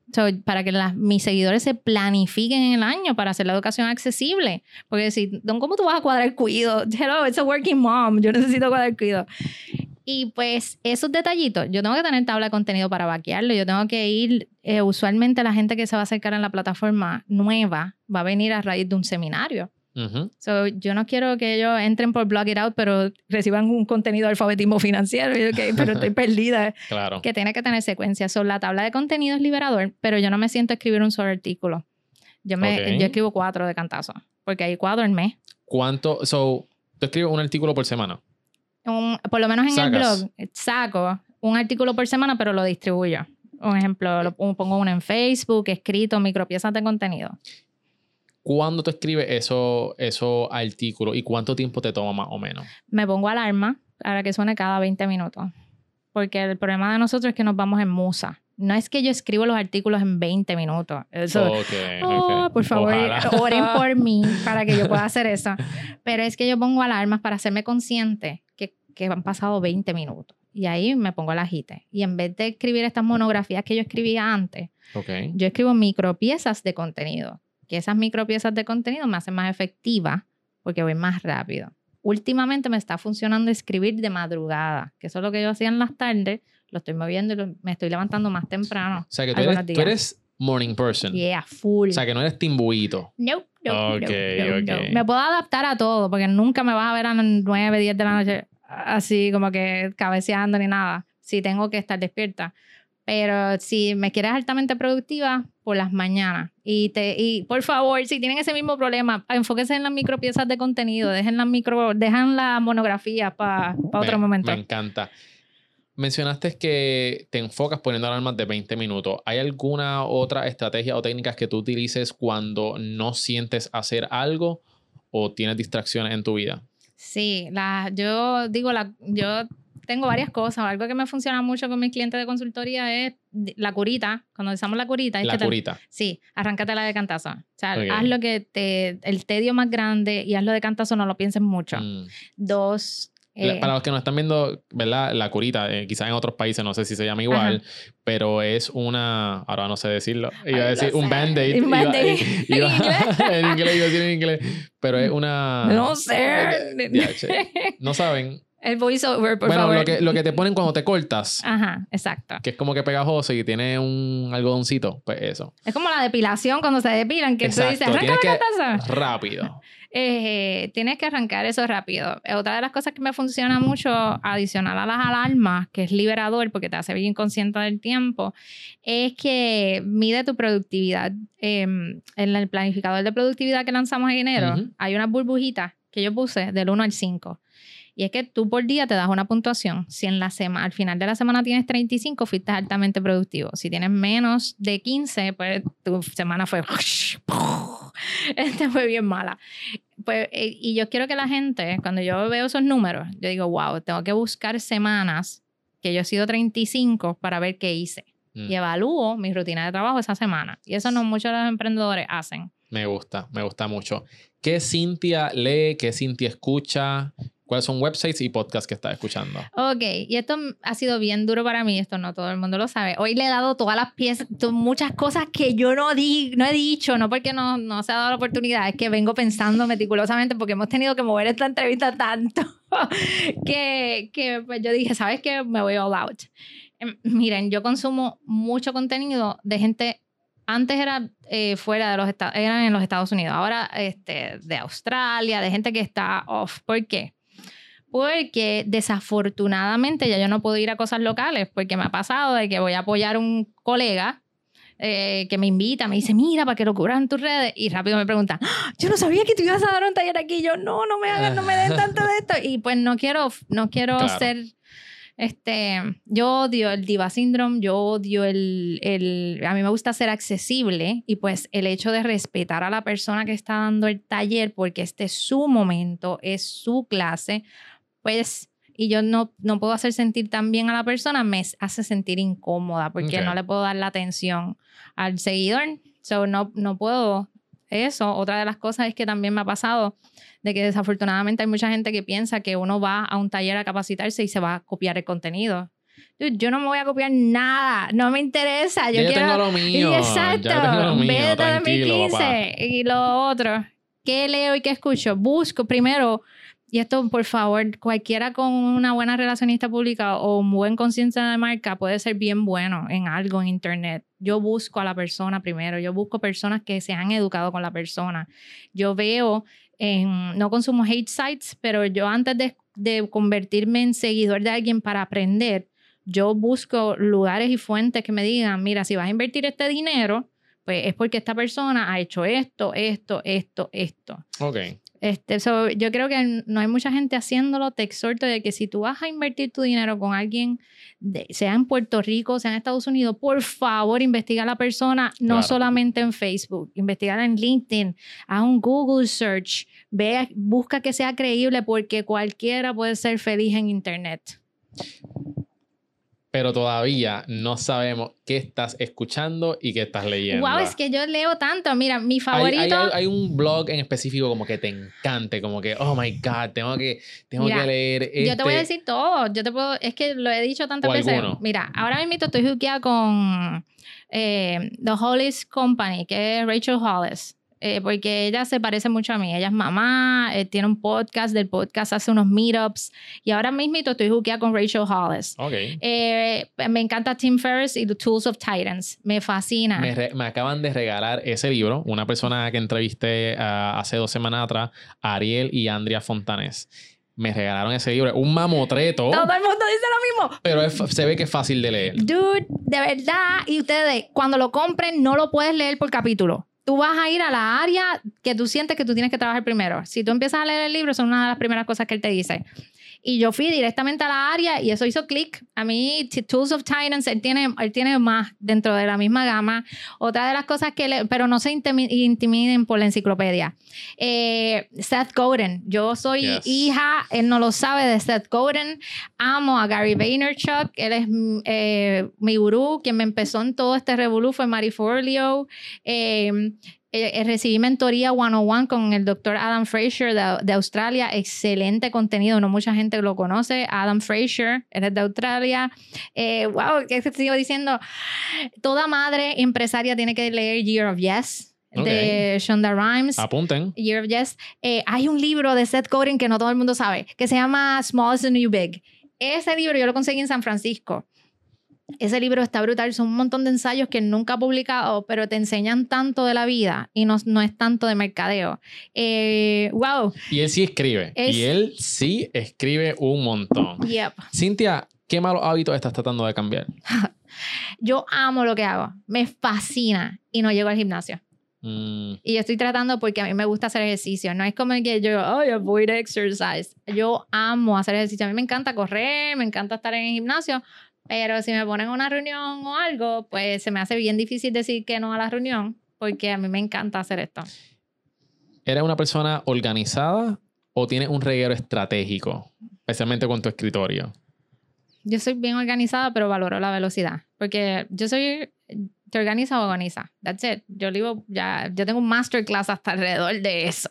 Speaker 1: So, para que mis seguidores se planifiquen en el año para hacer la educación accesible. Porque si, ¿cómo tú vas a cuadrar cuido? Hello, it's a working mom. Yo necesito cuadrar cuido. Y pues esos detallitos, yo tengo que tener tabla de contenido para vaquearlo. Yo tengo que ir, usualmente la gente que se va a acercar en la plataforma nueva va a venir a raíz de un seminario. So, yo no quiero que ellos entren por Blog It Out, pero reciban un contenido de alfabetismo financiero. Y okay, pero estoy perdida.
Speaker 2: Claro.
Speaker 1: Que tiene que tener secuencia. So, la tabla de contenido es liberador, pero yo no me siento a escribir un solo artículo. Yo escribo 4 de cantazo, porque hay 4 al mes.
Speaker 2: ¿Cuánto? So, ¿tú escribes un artículo por semana?
Speaker 1: Por lo menos en el blog, saco un artículo por semana, pero lo distribuyo. Un ejemplo, pongo uno en Facebook, escrito, micropiezas de contenido.
Speaker 2: ¿Cuándo tú escribes esos artículos y cuánto tiempo te toma más o menos?
Speaker 1: Me pongo alarma para que suene cada 20 minutos. Porque el problema de nosotros es que nos vamos en musa. No es que yo escribo los artículos en 20 minutos. Eso, por favor, oren por mí para que yo pueda hacer eso. Pero es que yo pongo alarmas para hacerme consciente que han pasado 20 minutos. Y ahí me pongo el agite. Y en vez de escribir estas monografías que yo escribía antes, yo escribo micropiezas de contenido. Que esas micropiezas de contenido me hacen más efectiva porque voy más rápido. Últimamente me está funcionando escribir de madrugada, que eso es lo que yo hacía en las tardes. Lo estoy moviendo y me estoy levantando más temprano. O
Speaker 2: sea, que tú eres morning person.
Speaker 1: Yeah, full.
Speaker 2: O sea, que no eres timbuito.
Speaker 1: No. Me puedo adaptar a todo, porque nunca me vas a ver a las 9, 10 de la noche así como que cabeceando ni nada. Sí tengo que estar despierta. Pero si me quieres altamente productiva, por las mañanas. Y por favor, si tienen ese mismo problema, enfóquense en las micropiezas de contenido. Dejen las monografías para otro momento.
Speaker 2: Me encanta. Mencionaste que te enfocas poniendo alarmas de 20 minutos. ¿Hay alguna otra estrategia o técnicas que tú utilices cuando no sientes hacer algo o tienes distracciones en tu vida? Sí,
Speaker 1: yo tengo varias cosas. Algo que me funciona mucho con mis clientes de consultoría es la curita. Cuando usamos la curita. Sí, arráncatela de cantazo. O sea, haz lo que el tedio más grande y hazlo de cantazo, no lo pienses mucho. 2...
Speaker 2: para los que nos están viendo, ¿verdad? La curita, quizás en otros países no sé si se llama igual, pero es ahora no sé decirlo, iba a decir un band-aid.
Speaker 1: Un band-aid.
Speaker 2: En inglés, iba a decir en inglés, pero es una...
Speaker 1: No sé.
Speaker 2: No saben.
Speaker 1: El voiceover, por favor.
Speaker 2: Bueno, lo que te ponen cuando te cortas.
Speaker 1: Ajá, exacto.
Speaker 2: Que es como que pegajoso y tiene un algodoncito, pues eso.
Speaker 1: Es como la depilación cuando se depilan, que exacto. Tú dices, arranca la cantaza.
Speaker 2: Rápido.
Speaker 1: Tienes que arrancar eso rápido. Otra de las cosas que me funciona mucho, adicional a las alarmas, que es liberador porque te hace bien consciente del tiempo, es que mide tu productividad. En el planificador de productividad que lanzamos en enero, hay unas burbujitas que yo puse del 1 al 5. Y es que tú por día te das una puntuación. Si al final de la semana tienes 35, fuiste altamente productivo. Si tienes menos de 15, pues tu semana fue bien mala. Pues, y yo quiero que la gente, cuando yo veo esos números, yo digo, wow, tengo que buscar semanas que yo he sido 35 para ver qué hice. Y evalúo mi rutina de trabajo esa semana. Y eso no muchos de los emprendedores hacen.
Speaker 2: Me gusta mucho. ¿Qué Cynthia lee? ¿Qué Cynthia escucha? ¿Cuáles son websites y podcasts que estás escuchando?
Speaker 1: Ok, y esto ha sido bien duro para mí, esto no todo el mundo lo sabe. Hoy le he dado todas las piezas, muchas cosas que yo no he dicho, no porque no se ha dado la oportunidad, es que vengo pensando meticulosamente porque hemos tenido que mover esta entrevista tanto que pues yo dije, ¿sabes qué? Me voy all out. Miren, yo consumo mucho contenido de gente... Antes era fuera de eran en los Estados Unidos, ahora de Australia, de gente que está off. ¿Por qué? Porque desafortunadamente ya yo no puedo ir a cosas locales porque me ha pasado de que voy a apoyar a un colega que me invita, me dice, mira, para que lo cubras en tus redes, y rápido me pregunta, yo no sabía que tú ibas a dar un taller aquí. Yo, no me den tanto de esto. Y pues no quiero claro. Ser... yo odio el diva syndrome, yo odio a mí me gusta ser accesible y pues el hecho de respetar a la persona que está dando el taller porque este es su momento, es su clase, pues, y yo no puedo hacer sentir tan bien a la persona, me hace sentir incómoda porque no le puedo dar la atención al seguidor, no puedo eso. Otra de las cosas es que también me ha pasado de que desafortunadamente hay mucha gente que piensa que uno va a un taller a capacitarse y se va a copiar el contenido. Dude, yo no me voy a copiar nada, no me interesa. Yo
Speaker 2: tengo lo mío.
Speaker 1: Exacto.
Speaker 2: Ya tengo lo mío.
Speaker 1: Ve de
Speaker 2: Tranquilo,
Speaker 1: 2015.
Speaker 2: papá.
Speaker 1: Y lo otro, ¿qué leo y qué escucho? Busco primero, y esto por favor, cualquiera con una buena relacionista pública o un buen conciencia de marca puede ser bien bueno en algo en internet. Yo busco a la persona primero, yo busco personas que se han educado con la persona. Yo veo, no consumo hate sites, pero yo antes de convertirme en seguidor de alguien para aprender, yo busco lugares y fuentes que me digan, mira, si vas a invertir este dinero, pues es porque esta persona ha hecho esto.
Speaker 2: Ok.
Speaker 1: Yo creo que no hay mucha gente haciéndolo. Te exhorto de que si tú vas a invertir tu dinero con alguien, sea en Puerto Rico, sea en Estados Unidos, por favor, investiga a la persona, no
Speaker 2: Claro.
Speaker 1: solamente en Facebook, investiga en LinkedIn, haz un Google search, busca que sea creíble porque cualquiera puede ser feliz en internet.
Speaker 2: Pero todavía no sabemos qué estás escuchando y qué estás leyendo.
Speaker 1: Wow, es que yo leo tanto. Mira, mi favorito...
Speaker 2: Hay un blog en específico como que te encante, como que, oh my God, tengo que leer este.
Speaker 1: Yo te voy a decir todo. Es que lo he dicho tantas veces.
Speaker 2: Alguno.
Speaker 1: Mira, ahora mismo estoy hookeada con The Hollis Company, que es Rachel Hollis. Porque ella se parece mucho a mí. Ella es mamá, tiene un podcast, del podcast hace unos meetups y ahora mismo estoy hookeada con Rachel Hollis.
Speaker 2: Okay.
Speaker 1: Me encanta Tim Ferriss y The Tools of Titans. Me fascina.
Speaker 2: Me acaban de regalar ese libro, una persona que entrevisté hace 2 semanas atrás, Ariel y Andrea Fontanés. Me regalaron ese libro, un mamotreto.
Speaker 1: Todo el mundo dice lo mismo.
Speaker 2: Pero se ve que es fácil de leer.
Speaker 1: Dude, de verdad. Y ustedes, cuando lo compren, no lo puedes leer por capítulo. Tú vas a ir a la área que tú sientes que tú tienes que trabajar primero. Si tú empiezas a leer el libro, son una de las primeras cosas que él te dice. Y yo fui directamente a la área y eso hizo clic. A mí, Tools of Titans, él tiene más dentro de la misma gama. Otra de las cosas pero no se intimiden por la enciclopedia. Seth Godin. Yo soy hija, él no lo sabe, de Seth Godin. Amo a Gary Vaynerchuk. Él es mi gurú. Quien me empezó en todo este revolú fue Marie Forleo. Recibí mentoría 101 con el doctor Adam Fraser de Australia. Excelente contenido, no mucha gente lo conoce. Adam Fraser, él es de Australia. Wow, ¿qué sigo diciendo? Toda madre empresaria tiene que leer Year of Yes de Shonda Rhimes.
Speaker 2: Apunten.
Speaker 1: Year of Yes. Hay un libro de Seth Godin que no todo el mundo sabe, que se llama Small is the New Big. Ese libro yo lo conseguí en San Francisco. Ese libro está brutal, son un montón de ensayos que nunca ha publicado, pero te enseñan tanto de la vida y no es tanto de mercadeo. Wow.
Speaker 2: Y él sí escribe. Y él sí escribe un montón.
Speaker 1: Yep.
Speaker 2: Cintia, ¿qué malos hábitos estás tratando de cambiar?
Speaker 1: Yo amo lo que hago, me fascina y no llego al gimnasio. Y yo estoy tratando porque a mí me gusta hacer ejercicio. No es como que yo, avoid exercise. Yo amo hacer ejercicio. A mí me encanta correr, me encanta estar en el gimnasio. Pero si me ponen una reunión o algo, pues se me hace bien difícil decir que no a la reunión, porque a mí me encanta hacer esto.
Speaker 2: ¿Eres una persona organizada o tienes un reguero estratégico, especialmente con tu escritorio?
Speaker 1: Yo soy bien organizada, pero valoro la velocidad. Porque ¿te organiza o agoniza? That's it. Yo tengo un masterclass hasta alrededor de eso.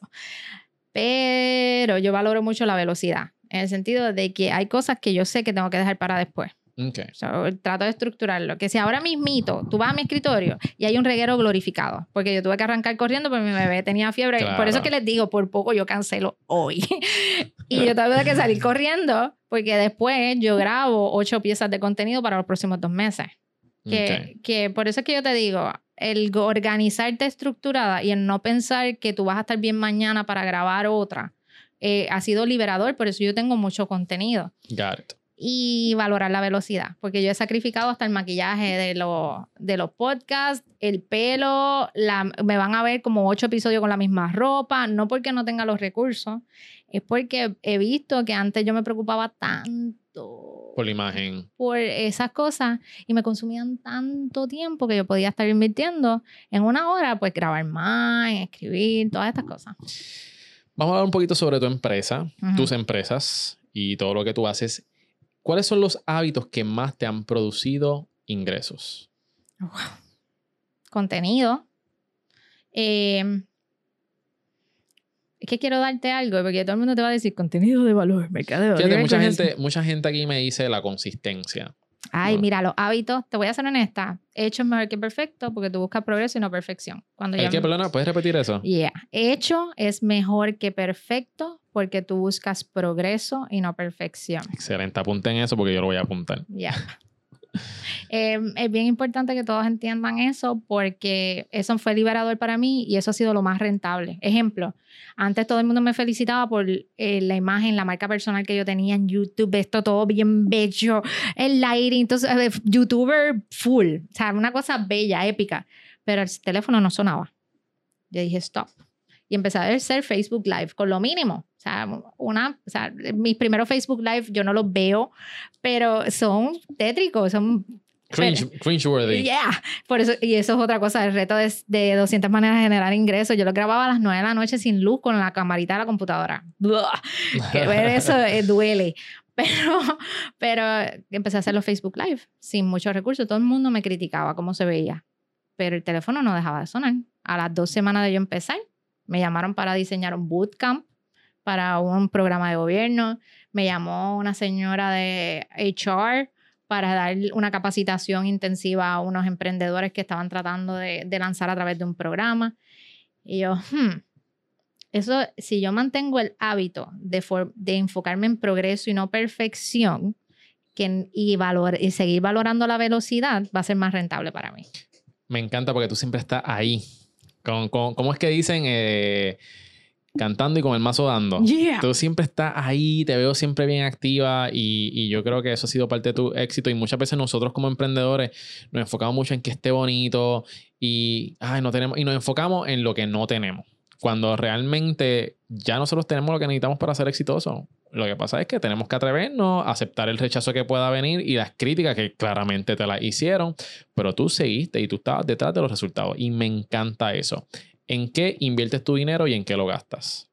Speaker 1: Pero yo valoro mucho la velocidad, en el sentido de que hay cosas que yo sé que tengo que dejar para después.
Speaker 2: Okay.
Speaker 1: Trato de estructurarlo. Que si ahora mismito tú vas a mi escritorio y hay un reguero glorificado, porque yo tuve que arrancar corriendo porque mi bebé tenía fiebre. Claro. Por eso es que les digo, por poco yo cancelo hoy. Y yo tuve que salir corriendo porque después yo grabo 8 piezas de contenido para los próximos 2 meses. Que por eso es que yo te digo, el organizarte estructurada y el no pensar que tú vas a estar bien mañana para grabar otra, ha sido liberador. Por eso yo tengo mucho contenido.
Speaker 2: Got it.
Speaker 1: Y valorar la velocidad, porque yo he sacrificado hasta el maquillaje de los podcasts, el pelo, me van a ver como 8 episodios con la misma ropa, no porque no tenga los recursos, es porque he visto que antes yo me preocupaba tanto
Speaker 2: por la imagen,
Speaker 1: por esas cosas, y me consumían tanto tiempo que yo podía estar invirtiendo en una hora, pues grabar más, en escribir, todas estas cosas.
Speaker 2: Vamos a hablar un poquito sobre tu empresa, tus empresas y todo lo que tú haces. ¿Cuáles son los hábitos que más te han producido ingresos?
Speaker 1: Wow. Contenido. Es que quiero darte algo, porque todo el mundo te va a decir contenido de valor, mercadeo.
Speaker 2: Fíjate, mucha gente aquí me dice la consistencia.
Speaker 1: Ay, mira, los hábitos, te voy a ser honesta, hecho es mejor que perfecto porque tú buscas progreso y no perfección.
Speaker 2: Perdona, ¿puedes repetir eso?
Speaker 1: Hecho es mejor que perfecto porque tú buscas progreso y no perfección.
Speaker 2: Excelente, apunten eso porque yo lo voy a apuntar.
Speaker 1: Es bien importante que todos entiendan eso porque eso fue liberador para mí y eso ha sido lo más rentable. Ejemplo, antes todo el mundo me felicitaba por la imagen, la marca personal que yo tenía en YouTube, esto todo bien bello, el lighting, entonces youtuber full, o sea, una cosa bella, épica, pero el teléfono no sonaba. Yo dije stop y empecé a hacer Facebook Live con lo mínimo. O sea, mis primeros Facebook Live yo no los veo, pero son tétricos, son
Speaker 2: cringe-worthy.
Speaker 1: Por eso, y eso es otra cosa, el reto de 200 maneras de generar ingresos. Yo lo grababa a las 9 de la noche sin luz con la camarita de la computadora. Que ver eso duele. Pero empecé a hacer los Facebook Live sin muchos recursos. Todo el mundo me criticaba cómo se veía, pero el teléfono no dejaba de sonar. A las 2 semanas de yo empezar, me llamaron para diseñar un bootcamp para un programa de gobierno. Me llamó una señora de HR para dar una capacitación intensiva a unos emprendedores que estaban tratando de lanzar a través de un programa. Y yo, eso, si yo mantengo el hábito de enfocarme en progreso y no perfección, y seguir valorando la velocidad, va a ser más rentable para mí.
Speaker 2: Me encanta porque tú siempre estás ahí. ¿Cómo es que dicen? Cantando y con el mazo dando. Tú siempre estás ahí, te veo siempre bien activa y yo creo que eso ha sido parte de tu éxito y muchas veces nosotros como emprendedores nos enfocamos mucho en que esté bonito y nos enfocamos en lo que no tenemos. Cuando realmente ya nosotros tenemos lo que necesitamos para ser exitosos. Lo que pasa es que tenemos que atrevernos a aceptar el rechazo que pueda venir y las críticas que claramente te las hicieron, pero tú seguiste y tú estabas detrás de los resultados y me encanta eso. ¿En qué inviertes tu dinero y en qué lo gastas?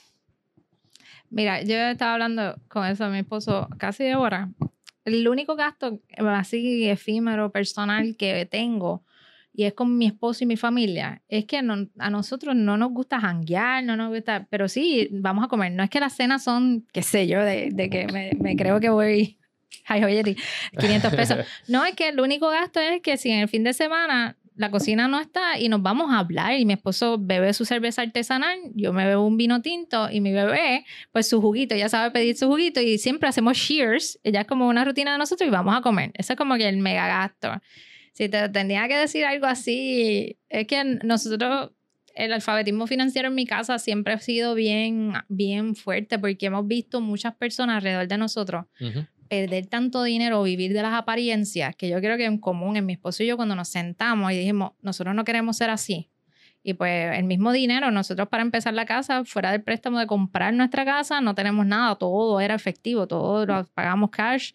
Speaker 1: Mira, yo estaba hablando con eso a mi esposo casi de hora. El único gasto así efímero, personal que tengo, y es con mi esposo y mi familia, es que a nosotros no nos gusta janguear, no nos gusta, pero sí, vamos a comer. No es que las cenas son, qué sé yo, de que me creo que voy a Joyetti, 500 pesos. No, es que el único gasto es que si en el fin de semana la cocina no está y nos vamos a hablar y mi esposo bebe su cerveza artesanal, yo me bebo un vino tinto y mi bebé, pues su juguito, ella sabe pedir su juguito y siempre hacemos cheers, ella es como una rutina de nosotros y vamos a comer. Eso es como que el mega gasto. Si te tendría que decir algo así, es que nosotros, el alfabetismo financiero en mi casa siempre ha sido bien, bien fuerte porque hemos visto muchas personas alrededor de nosotros perder tanto dinero o vivir de las apariencias, que yo creo que en común, en mi esposo y yo, cuando nos sentamos y dijimos, nosotros no queremos ser así. Y pues el mismo dinero, nosotros para empezar la casa, fuera del préstamo de comprar nuestra casa, no tenemos nada, todo era efectivo, todo lo pagamos cash.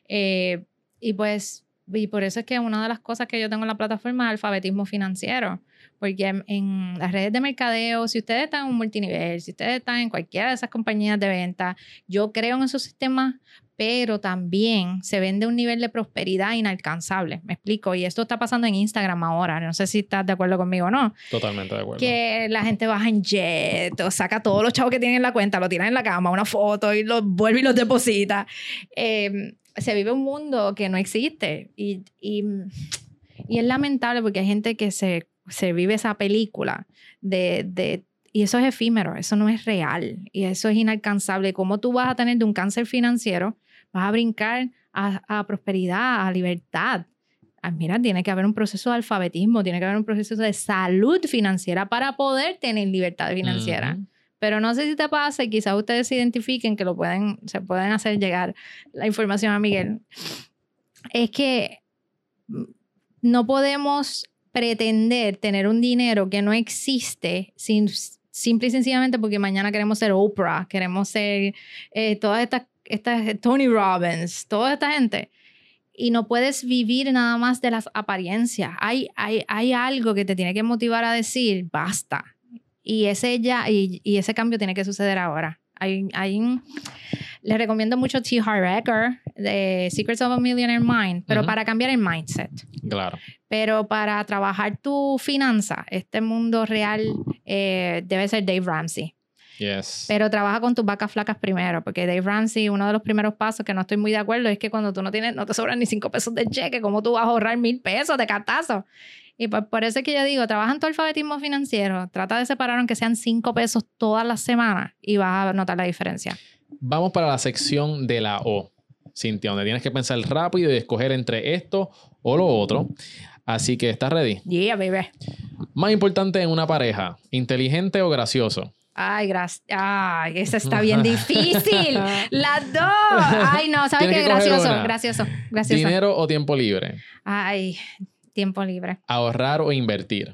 Speaker 1: Y por eso es que una de las cosas que yo tengo en la plataforma es alfabetismo financiero. Porque en las redes de mercadeo, si ustedes están en un multinivel, si ustedes están en cualquiera de esas compañías de venta, yo creo en esos sistemas, pero también se vende un nivel de prosperidad inalcanzable. Me explico. Y esto está pasando en Instagram ahora. No sé si estás de acuerdo conmigo o no.
Speaker 2: Totalmente de acuerdo.
Speaker 1: Que la gente baja en jet o saca todos los chavos que tienen en la cuenta, lo tiran en la cama, una foto y los vuelve y los deposita. Se vive un mundo que no existe. Y es lamentable porque hay gente que se vive esa película y eso es efímero, eso no es real y eso es inalcanzable. ¿Cómo tú vas a tener de un cáncer financiero, vas a brincar a prosperidad, a libertad? Mira, tiene que haber un proceso de alfabetismo, tiene que haber un proceso de salud financiera para poder tener libertad financiera. Pero no sé si te pasa y quizás ustedes se identifiquen que se pueden hacer llegar la información a Miguel. Es que no podemos pretender tener un dinero que no existe simple y sencillamente porque mañana queremos ser Oprah, queremos ser todas estas Tony Robbins, toda esta gente. Y no puedes vivir nada más de las apariencias. Hay algo que te tiene que motivar a decir, basta. Y ese cambio tiene que suceder ahora. Les recomiendo mucho T. Harv Eker de Secrets of a Millionaire Mind, pero para cambiar el mindset.
Speaker 2: Claro.
Speaker 1: Pero para trabajar tu finanza, este mundo real, debe ser Dave Ramsey.
Speaker 2: Yes.
Speaker 1: Pero trabaja con tus vacas flacas primero, porque Dave Ramsey, uno de los primeros pasos que no estoy muy de acuerdo es que cuando tú no te sobran ni 5 pesos de cheque, ¿cómo tú vas a ahorrar 1,000 pesos de cartazo? Y pues por eso es que yo digo, trabaja en tu alfabetismo financiero, trata de separar aunque sean 5 pesos todas las semanas y vas a notar la diferencia.
Speaker 2: Vamos para la sección de la O, Cintia, donde tienes que pensar rápido y escoger entre esto o lo otro. Así que, ¿estás ready?
Speaker 1: Yeah, baby.
Speaker 2: Más importante en una pareja, ¿inteligente o gracioso?
Speaker 1: Ay, esa está bien difícil. Las dos. Ay, no, ¿sabes qué? Gracioso.
Speaker 2: ¿Dinero o tiempo libre?
Speaker 1: Ay, tiempo libre.
Speaker 2: ¿Ahorrar o invertir?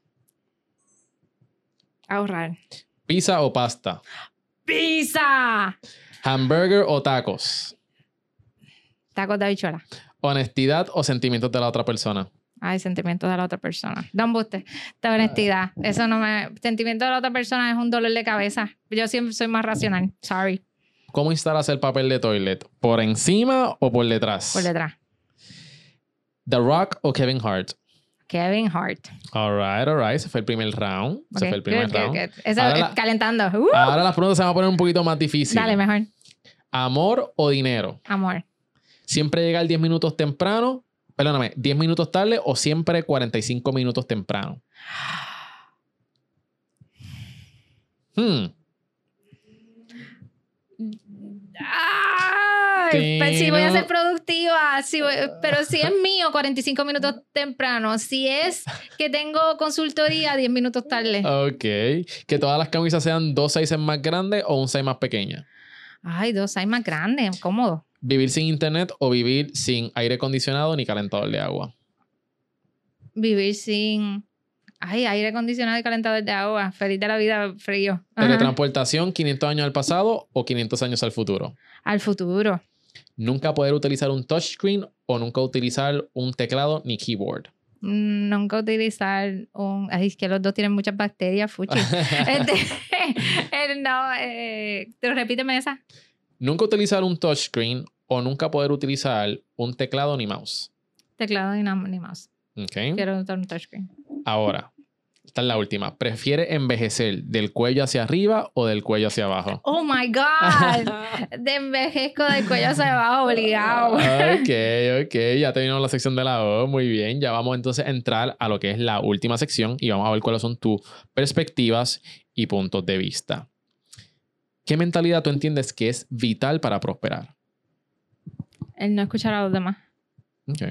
Speaker 1: Ahorrar.
Speaker 2: ¿Pizza o pasta?
Speaker 1: ¡Pizza!
Speaker 2: ¿Hamburger o tacos?
Speaker 1: Tacos de habichuela.
Speaker 2: ¿Honestidad o sentimientos de la otra persona?
Speaker 1: Ay, sentimientos de la otra persona. Don Buster, de honestidad. Eso no me... Sentimiento de la otra persona es un dolor de cabeza. Yo siempre soy más racional. Sorry.
Speaker 2: ¿Cómo instalas el papel de toilet? ¿Por encima o por detrás?
Speaker 1: Por detrás.
Speaker 2: ¿The Rock o Kevin Hart?
Speaker 1: Kevin Hart.
Speaker 2: All right. Ese fue el primer round.
Speaker 1: Good. Eso calentando.
Speaker 2: Ahora las preguntas se van a poner un poquito más difíciles.
Speaker 1: Dale, mejor.
Speaker 2: ¿Amor o dinero?
Speaker 1: Amor.
Speaker 2: ¿Siempre llegar 10 minutos temprano? Perdóname, 10 minutos tarde o siempre 45 minutos temprano.
Speaker 1: Ay, pues si voy a ser productiva, pero si es mío, 45 minutos temprano. Si es que tengo consultoría, 10 minutos tarde.
Speaker 2: Ok. ¿Que todas las camisas sean 2 sizes más grandes o un size más pequeña?
Speaker 1: Ay, 2 sizes más grandes, cómodo.
Speaker 2: ¿Vivir sin internet o vivir sin aire acondicionado ni calentador de agua?
Speaker 1: Vivir sin... Ay, aire acondicionado y calentador de agua. Feliz de la vida, frío.
Speaker 2: ¿Teletransportación 500 años al pasado o 500 años al futuro?
Speaker 1: Al futuro.
Speaker 2: ¿Nunca poder utilizar un touchscreen o nunca utilizar un teclado ni keyboard?
Speaker 1: Nunca utilizar un... Ay, es que los dos tienen muchas bacterias, fuchi. Repíteme esa.
Speaker 2: ¿Nunca utilizar un touchscreen o nunca poder utilizar un teclado ni mouse?
Speaker 1: Teclado ni mouse.
Speaker 2: Ok.
Speaker 1: Quiero usar un touchscreen.
Speaker 2: Ahora, esta es la última. ¿Prefiere envejecer del cuello hacia arriba o del cuello hacia abajo?
Speaker 1: Oh my God. Envejezco del cuello hacia abajo, obligado.
Speaker 2: Ok. Ya terminamos la sección de la O. Muy bien. Ya vamos entonces a entrar a lo que es la última sección y vamos a ver cuáles son tus perspectivas y puntos de vista. ¿Qué mentalidad tú entiendes que es vital para prosperar?
Speaker 1: El no escuchar a los demás.
Speaker 2: Ok.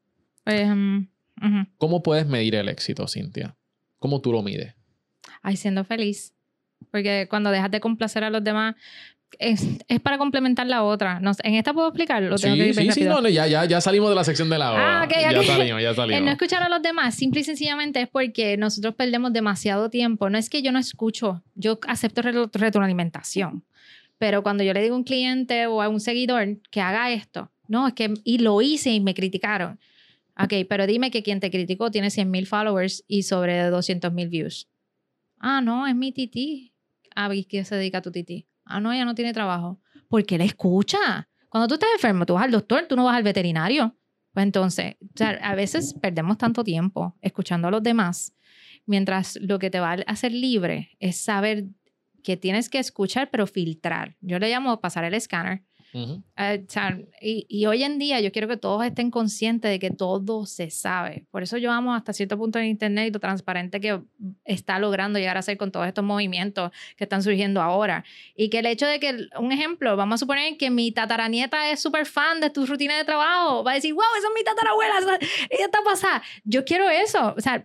Speaker 2: ¿Cómo puedes medir el éxito, Cintia? ¿Cómo tú lo mides?
Speaker 1: Ay, siendo feliz. Porque cuando dejas de complacer a los demás, es para complementar la otra. No, ¿en esta puedo explicarlo?
Speaker 2: Sí, no, ya salimos de la sección de la O.
Speaker 1: Okay.
Speaker 2: Ya salimos.
Speaker 1: El no escuchar a los demás, simple y sencillamente es porque nosotros perdemos demasiado tiempo. No es que yo no escucho, yo acepto retroalimentación. Pero cuando yo le digo a un cliente o a un seguidor que haga esto, no, es que y lo hice y me criticaron. Ok, pero dime que quien te criticó tiene 100,000 followers y sobre 200,000 views. Ah, no, es mi tití. Ah, ¿y qué se dedica a tu tití? Ah, no, ella no tiene trabajo. ¿Por qué la escucha? Cuando tú estás enfermo, tú vas al doctor, tú no vas al veterinario. Pues entonces, o sea, a veces perdemos tanto tiempo escuchando a los demás, mientras lo que te va a hacer libre es saber que tienes que escuchar, pero filtrar. Yo le llamo pasar el escáner. O sea, y hoy en día yo quiero que todos estén conscientes de que todo se sabe. Por eso yo amo hasta cierto punto en internet y lo transparente que está logrando llegar a ser con todos estos movimientos que están surgiendo ahora. Y que el hecho de que, un ejemplo, vamos a suponer que mi tataranieta es súper fan de tu rutina de trabajo, va a decir, wow, esa es mi tatarabuela, ella está pasada. Yo quiero eso. O sea,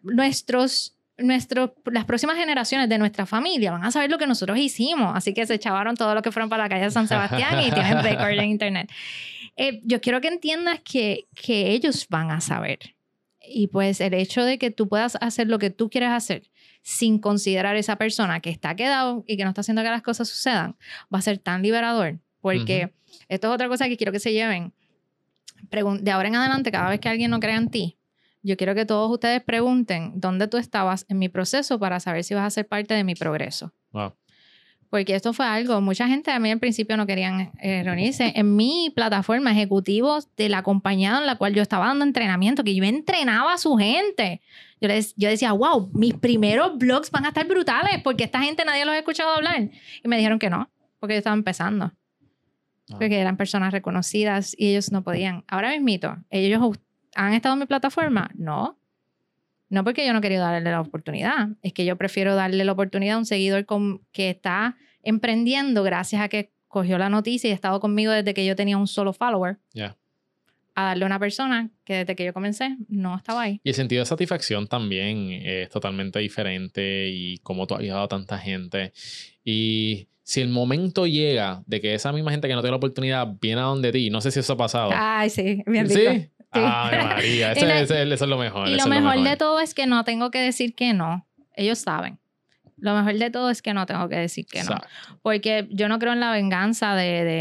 Speaker 1: las próximas generaciones de nuestra familia van a saber lo que nosotros hicimos. Así que se chavaron todos los que fueron para la calle de San Sebastián y tienen récord en internet. Yo quiero que entiendas que ellos van a saber. Y pues el hecho de que tú puedas hacer lo que tú quieres hacer sin considerar esa persona que está quedado y que no está haciendo que las cosas sucedan, va a ser tan liberador. Porque esto es otra cosa que quiero que se lleven. De ahora en adelante, cada vez que alguien no crea en ti, yo quiero que todos ustedes pregunten dónde tú estabas en mi proceso para saber si vas a ser parte de mi progreso.
Speaker 2: Wow.
Speaker 1: Porque esto fue algo, mucha gente a mí al principio no querían reunirse. En mi plataforma, ejecutivos de la compañía en la cual yo estaba dando entrenamiento, que yo entrenaba a su gente. Yo decía, wow, mis primeros blogs van a estar brutales porque esta gente nadie los ha escuchado hablar. Y me dijeron que no, porque yo estaba empezando. Porque eran personas reconocidas y ellos no podían. Ahora mismito, ¿ellos han estado en mi plataforma? No. No porque yo no quería darle la oportunidad. Es que yo prefiero darle la oportunidad a un seguidor que está emprendiendo gracias a que cogió la noticia y ha estado conmigo desde que yo tenía un solo follower. A darle a una persona que desde que yo comencé no estaba ahí.
Speaker 2: Y el sentido de satisfacción también es totalmente diferente y cómo tú has ayudado a tanta gente. Y si el momento llega de que esa misma gente que no tiene la oportunidad viene a donde ti, no sé si eso ha pasado.
Speaker 1: Ay, sí, bien rico.
Speaker 2: ¿Sí? Sí. Ay, María, eso es lo mejor.
Speaker 1: Y lo mejor de todo es que no tengo que decir que no. Ellos saben. Lo mejor de todo es que no tengo que decir que no. Porque yo no creo en la venganza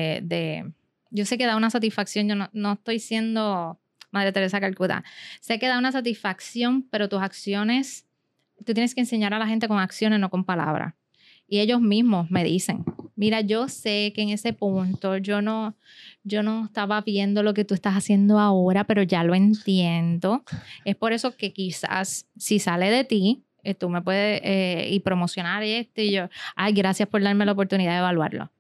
Speaker 1: yo sé que da una satisfacción. Yo no estoy siendo Madre Teresa Calcuta. Sé que da una satisfacción, pero tus acciones, tú tienes que enseñar a la gente con acciones, no con palabras. Y ellos mismos me dicen, mira, yo sé que en ese punto yo no estaba viendo lo que tú estás haciendo ahora, pero ya lo entiendo. Es por eso que quizás si sale de ti, tú me puedes y promocionar esto y yo, ay, gracias por darme la oportunidad de evaluarlo.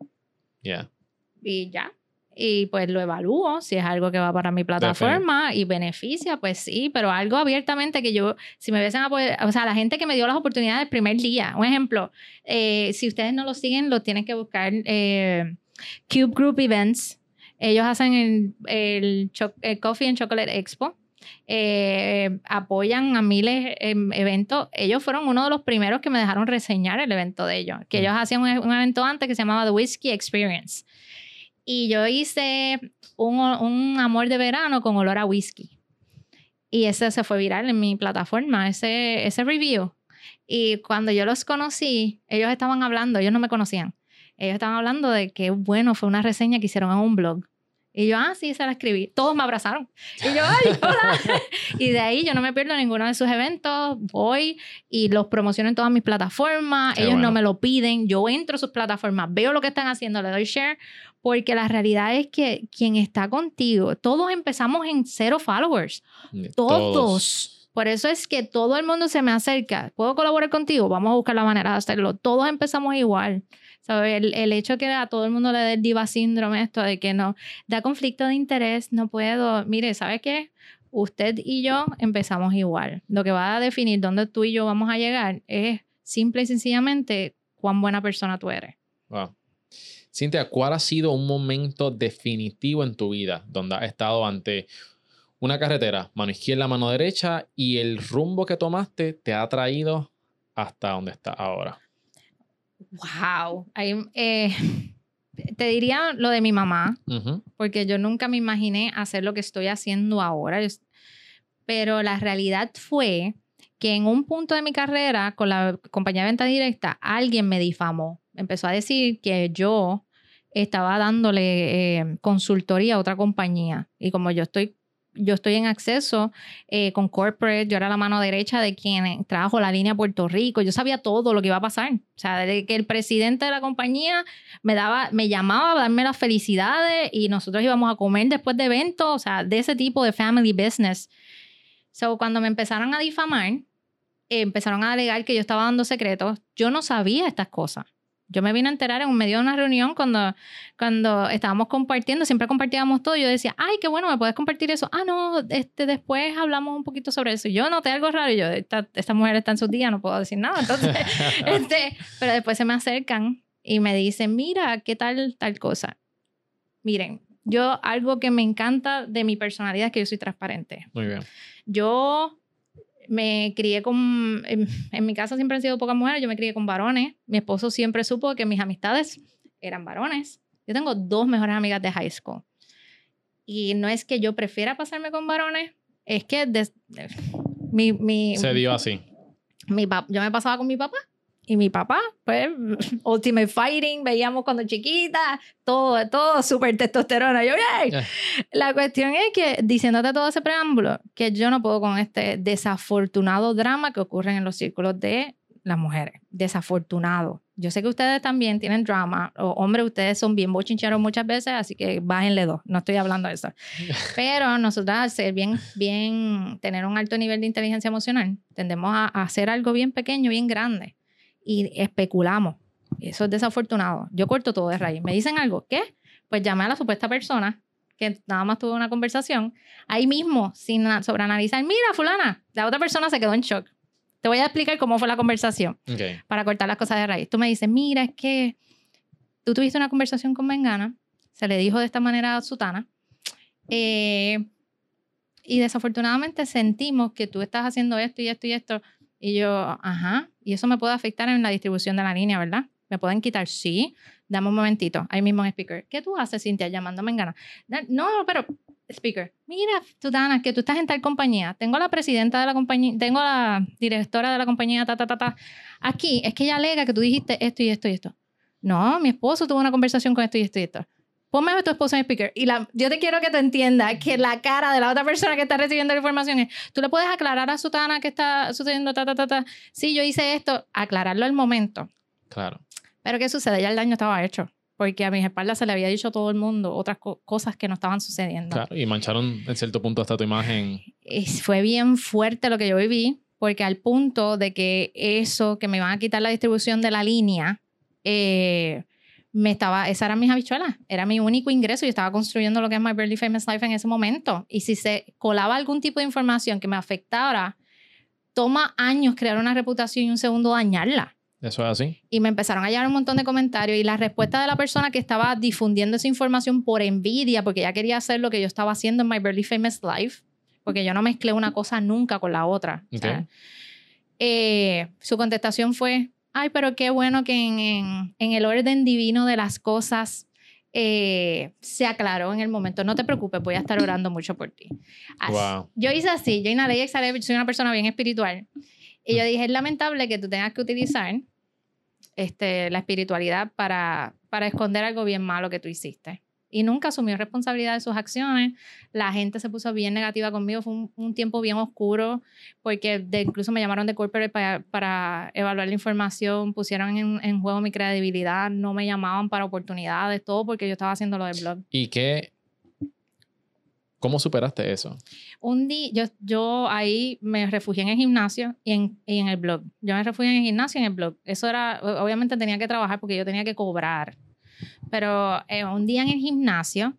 Speaker 1: Y ya. Y pues lo evalúo, si es algo que va para mi plataforma y beneficia, pues sí, pero algo abiertamente que yo, si me hubiesen apoyado, o sea, la gente que me dio las oportunidades el primer día, un ejemplo, si ustedes no lo siguen, lo tienen que buscar, Cube Group Events, ellos hacen el Coffee and Chocolate Expo, apoyan a miles en eventos. Ellos fueron uno de los primeros que me dejaron reseñar el evento de ellos, que ellos hacían un evento antes que se llamaba The Whiskey Experience. Y yo hice un amor de verano con olor a whisky. Y ese se fue viral en mi plataforma, ese review. Y cuando yo los conocí, ellos estaban hablando, ellos no me conocían. Ellos estaban hablando de que, bueno, fue una reseña que hicieron en un blog. Y yo, sí, se la escribí. Todos me abrazaron. Y yo, ay, hola. Y de ahí yo no me pierdo ninguno de sus eventos. Voy y los promociono en todas mis plataformas. Ellos no me lo piden. Yo entro a sus plataformas, veo lo que están haciendo, le doy share. Porque la realidad es que quien está contigo, todos empezamos en 0 followers. Todos. Por eso es que todo el mundo se me acerca. ¿Puedo colaborar contigo? Vamos a buscar la manera de hacerlo. Todos empezamos igual. ¿Sabes? El hecho que a todo el mundo le dé el diva síndrome, esto de que no, da conflicto de interés, no puedo. Mire, ¿sabe qué? Usted y yo empezamos igual. Lo que va a definir dónde tú y yo vamos a llegar es simple y sencillamente cuán buena persona tú eres.
Speaker 2: Wow. Cintia, ¿cuál ha sido un momento definitivo en tu vida donde has estado ante una carretera, mano izquierda, mano derecha, y el rumbo que tomaste te ha traído hasta donde estás ahora?
Speaker 1: Wow. Te diría lo de mi mamá, porque yo nunca me imaginé hacer lo que estoy haciendo ahora. Pero la realidad fue que en un punto de mi carrera, con la compañía de venta directa, alguien me difamó. Empezó a decir que yo estaba dándole consultoría a otra compañía. Y como yo estoy en acceso con corporate, yo era la mano derecha de quien trajo la línea a Puerto Rico. Yo sabía todo lo que iba a pasar. O sea, desde que el presidente de la compañía me llamaba a darme las felicidades y nosotros íbamos a comer después de eventos, o sea, de ese tipo de family business. So, cuando me empezaron a difamar, empezaron a alegar que yo estaba dando secretos. Yo no sabía estas cosas. Yo me vine a enterar en medio de una reunión cuando estábamos compartiendo, siempre compartíamos todo. Yo decía, ay, qué bueno, ¿me puedes compartir eso? No, después hablamos un poquito sobre eso. Y yo noté algo raro y yo, esta mujer está en sus días, no puedo decir nada. Entonces, pero después se me acercan y me dicen, mira, ¿qué tal cosa? Miren, algo que me encanta de mi personalidad es que yo soy transparente.
Speaker 2: Muy bien.
Speaker 1: Yo me crié en mi casa siempre han sido pocas mujeres, yo me crié con varones. Mi esposo siempre supo que mis amistades eran varones. Yo tengo 2 mejores amigas de high school. Y no es que yo prefiera pasarme con varones, es que
Speaker 2: se dio así.
Speaker 1: Yo me pasaba con mi papá. Y mi papá, pues, Ultimate Fighting, veíamos cuando chiquita, todo súper testosterona. Yo, ¡yay! La cuestión es que, diciéndote todo ese preámbulo, que yo no puedo con este desafortunado drama que ocurre en los círculos de las mujeres. Desafortunado. Yo sé que ustedes también tienen drama, o hombre, ustedes son bien bochincheros muchas veces, así que bájenle 2, no estoy hablando de eso. Pero nosotras, ser tener un alto nivel de inteligencia emocional, tendemos a hacer algo bien pequeño, bien grande, y especulamos. Eso es desafortunado. Yo corto todo de raíz. ¿Me dicen algo? ¿Qué? Pues llamé a la supuesta persona, que nada más tuvo una conversación, ahí mismo, sin sobreanalizar. Mira, fulana, la otra persona se quedó en shock. Te voy a explicar cómo fue la conversación para cortar las cosas de raíz. Tú me dices, mira, es que tú tuviste una conversación con Mengana, se le dijo de esta manera a Sutana, y desafortunadamente sentimos que tú estás haciendo esto y esto y esto. Y yo, ajá, y eso me puede afectar en la distribución de la línea, ¿verdad? ¿Me pueden quitar? Sí. Dame un momentito. Ahí mismo en speaker. ¿Qué tú haces, Cintia, llamando a Mengana? No, pero... Speaker, mira, Sutana, que tú estás en tal compañía. Tengo a la presidenta de la compañía, tengo a la directora de la compañía, Aquí, es que ella alega que tú dijiste esto y esto y esto. No, mi esposo tuvo una conversación con esto y esto y esto. Ponme a tu esposo en speaker. Y yo te quiero que te entiendas que la cara de la otra persona que está recibiendo la información es, tú le puedes aclarar a Sutana que está sucediendo, Sí, yo hice esto. Aclararlo al momento.
Speaker 2: Claro.
Speaker 1: Pero ¿qué sucede? Ya el daño estaba hecho. Porque a mis espaldas se le había dicho a todo el mundo otras cosas que no estaban sucediendo.
Speaker 2: Claro, y mancharon en cierto punto hasta tu imagen.
Speaker 1: Y fue bien fuerte lo que yo viví, porque al punto de que eso, que me iban a quitar la distribución de la línea, esa era mis habichuelas, era mi único ingreso. Yo estaba construyendo lo que es My Barely Famous Life en ese momento. Y si se colaba algún tipo de información que me afectara, toma años crear una reputación y un segundo dañarla.
Speaker 2: ¿Eso es así?
Speaker 1: Y me empezaron a llegar un montón de comentarios y la respuesta de la persona que estaba difundiendo esa información por envidia, porque ella quería hacer lo que yo estaba haciendo en My Barely Famous Life, porque yo no mezclé una cosa nunca con la otra.
Speaker 2: Okay.
Speaker 1: Su contestación fue, ay, pero qué bueno que en el orden divino de las cosas se aclaró en el momento. No te preocupes, voy a estar orando mucho por ti.
Speaker 2: Wow.
Speaker 1: Yo hice así, yo inhalé y exhalé, soy una persona bien espiritual. Y yo dije, es lamentable que tú tengas que utilizar la espiritualidad para esconder algo bien malo que tú hiciste. Y nunca asumió responsabilidad de sus acciones. La gente se puso bien negativa conmigo. Fue un tiempo bien oscuro porque incluso me llamaron de corporate para evaluar la información. Pusieron en juego mi credibilidad. No me llamaban para oportunidades, todo porque yo estaba haciendo lo del blog.
Speaker 2: ¿Y cómo superaste eso?
Speaker 1: Un día, yo ahí me refugié en el gimnasio y en el blog. Yo me refugié en el gimnasio y en el blog. Eso era, obviamente tenía que trabajar porque yo tenía que cobrar. Pero un día en el gimnasio,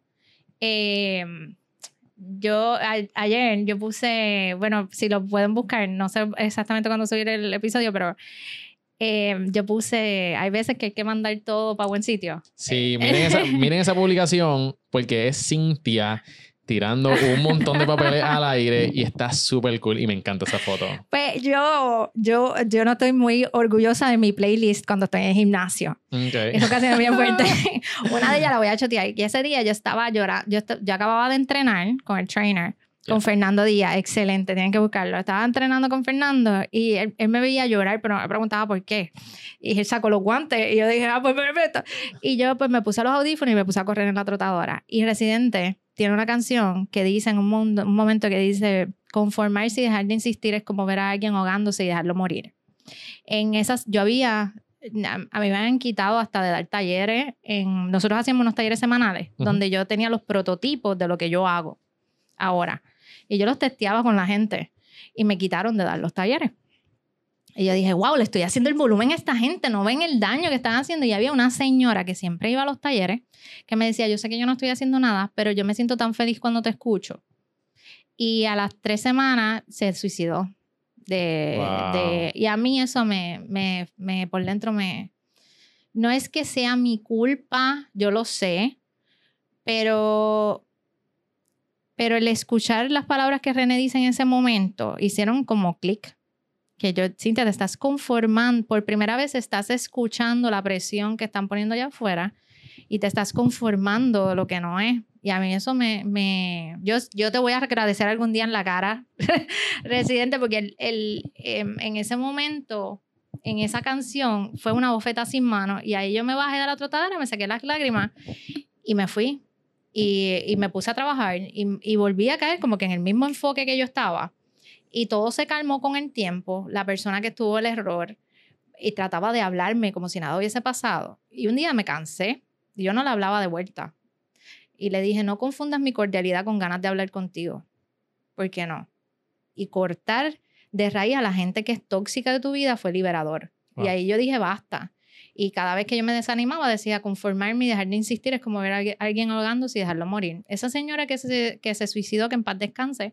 Speaker 1: ayer yo puse, bueno, si lo pueden buscar, no sé exactamente cuándo subir el episodio, pero yo puse, hay veces que hay que mandar todo para buen sitio.
Speaker 2: Sí, miren esa publicación porque es Cintia tirando un montón de papeles al aire y está súper cool y me encanta esa foto.
Speaker 1: Pues yo no estoy muy orgullosa de mi playlist cuando estoy en el gimnasio.
Speaker 2: Okay.
Speaker 1: Eso casi me bien fuerte. Una de ellas la voy a chotear. Y ese día yo estaba llorando. Yo acababa de entrenar con el trainer, con Fernando Díaz. Excelente, tienen que buscarlo. Estaba entrenando con Fernando y él me veía llorar, pero me preguntaba por qué. Y él sacó los guantes y yo dije, pues perfecto. Y yo pues me puse los audífonos y me puse a correr en la trotadora. Y Residente tiene una canción que dice en un momento que dice, conformarse y dejar de insistir es como ver a alguien ahogándose y dejarlo morir. En esas, a mí me habían quitado hasta de dar talleres. Nosotros hacíamos unos talleres semanales donde yo tenía los prototipos de lo que yo hago ahora. Y yo los testeaba con la gente y me quitaron de dar los talleres. Y yo dije, wow, le estoy haciendo el volumen a esta gente, no ven el daño que están haciendo. Y había una señora que siempre iba a los talleres que me decía, yo sé que yo no estoy haciendo nada, pero yo me siento tan feliz cuando te escucho. Y a las 3 semanas se suicidó. Y a mí eso por dentro no es que sea mi culpa, yo lo sé, pero el escuchar las palabras que René dice en ese momento hicieron como clic. Que Cintia, te estás conformando, por primera vez estás escuchando la presión que están poniendo allá afuera y te estás conformando lo que no es. Y a mí eso yo te voy a agradecer algún día en la cara, Residente, porque en ese momento, en esa canción, fue una bofeta sin mano y ahí yo me bajé de la trotadora, me saqué las lágrimas y me fui y me puse a trabajar y volví a caer como que en el mismo enfoque que yo estaba. Y todo se calmó con el tiempo. La persona que tuvo el error y trataba de hablarme como si nada hubiese pasado. Y un día me cansé y yo no le hablaba de vuelta. Y le dije, no confundas mi cordialidad con ganas de hablar contigo. ¿Por qué no? Y cortar de raíz a la gente que es tóxica de tu vida fue liberador. Wow. Y ahí yo dije, basta. Y cada vez que yo me desanimaba decía, conformarme y dejar de insistir es como ver a alguien ahogándose y dejarlo morir. Esa señora que se suicidó, que en paz descanse,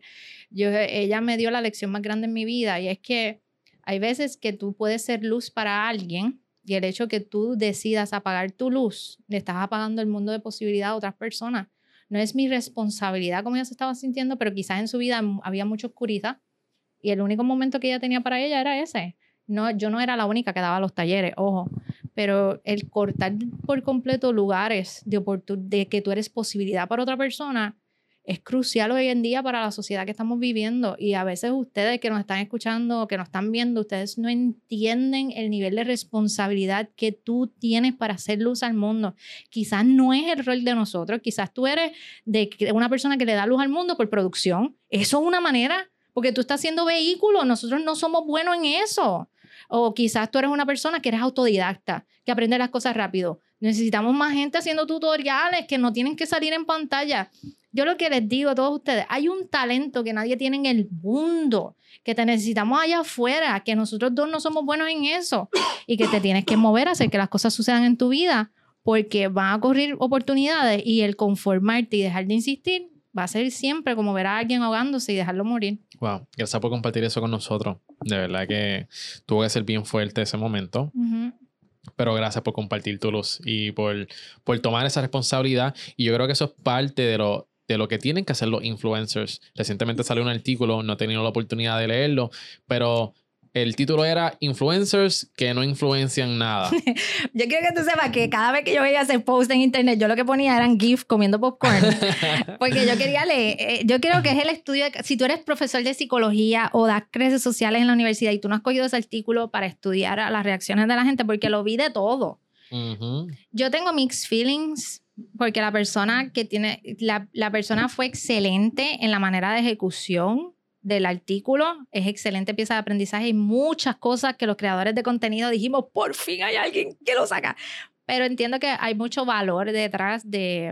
Speaker 1: ella me dio la lección más grande en mi vida, y es que hay veces que tú puedes ser luz para alguien, y el hecho que tú decidas apagar tu luz, le estás apagando el mundo de posibilidad a otras personas. No es mi responsabilidad como ella se estaba sintiendo, pero quizás en su vida había mucha oscuridad, y el único momento que ella tenía para ella era ese. No, yo no era la única que daba los talleres, ojo, pero el cortar por completo lugares de que tú eres posibilidad para otra persona es crucial hoy en día para la sociedad que estamos viviendo. Y a veces ustedes que nos están escuchando o que nos están viendo, ustedes no entienden el nivel de responsabilidad que tú tienes para hacer luz al mundo. Quizás no es el rol de nosotros, quizás tú eres de una persona que le da luz al mundo por producción. Eso es una manera, porque tú estás haciendo vehículos, nosotros no somos buenos en eso. O quizás tú eres una persona que eres autodidacta, que aprende las cosas rápido. Necesitamos más gente haciendo tutoriales que no tienen que salir en pantalla. Yo lo que les digo a todos ustedes, hay un talento que nadie tiene en el mundo, que te necesitamos allá afuera, que nosotros dos no somos buenos en eso, y que te tienes que mover a hacer que las cosas sucedan en tu vida, porque van a ocurrir oportunidades, y el conformarte y dejar de insistir va a ser siempre como ver a alguien ahogándose y dejarlo morir.
Speaker 2: Wow, gracias por compartir eso con nosotros. De verdad que tuvo que ser bien fuerte ese momento. Uh-huh. Pero gracias por compartir tu luz y por tomar esa responsabilidad. Y yo creo que eso es parte de lo que tienen que hacer los influencers. Recientemente salió un artículo, no he tenido la oportunidad de leerlo, pero el título era Influencers que no influencian nada.
Speaker 1: Yo quiero que tú sepas que cada vez que yo veía ese post en internet, yo lo que ponía eran GIF comiendo popcorn. Porque yo quería leer. Yo creo que es el estudio si tú eres profesor de psicología o das clases sociales en la universidad y tú no has cogido ese artículo para estudiar las reacciones de la gente, porque lo vi de todo. Uh-huh. Yo tengo mixed feelings porque la persona que tiene... La persona fue excelente en la manera de ejecución del artículo, es excelente pieza de aprendizaje y muchas cosas que los creadores de contenido dijimos, por fin hay alguien que lo saca. Pero entiendo que hay mucho valor detrás de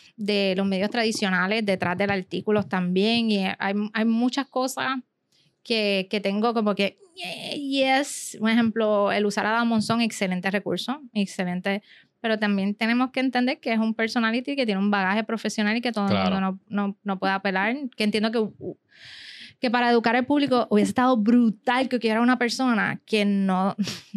Speaker 1: los medios tradicionales, detrás del artículo también, y hay muchas cosas que tengo como que, yes, por ejemplo, el usar a Adam Monzón, excelente recurso, excelente, pero también tenemos que entender que es un personality que tiene un bagaje profesional y que todo el mundo no puede apelar, que entiendo que para educar al público hubiese estado brutal que hubiera una persona que no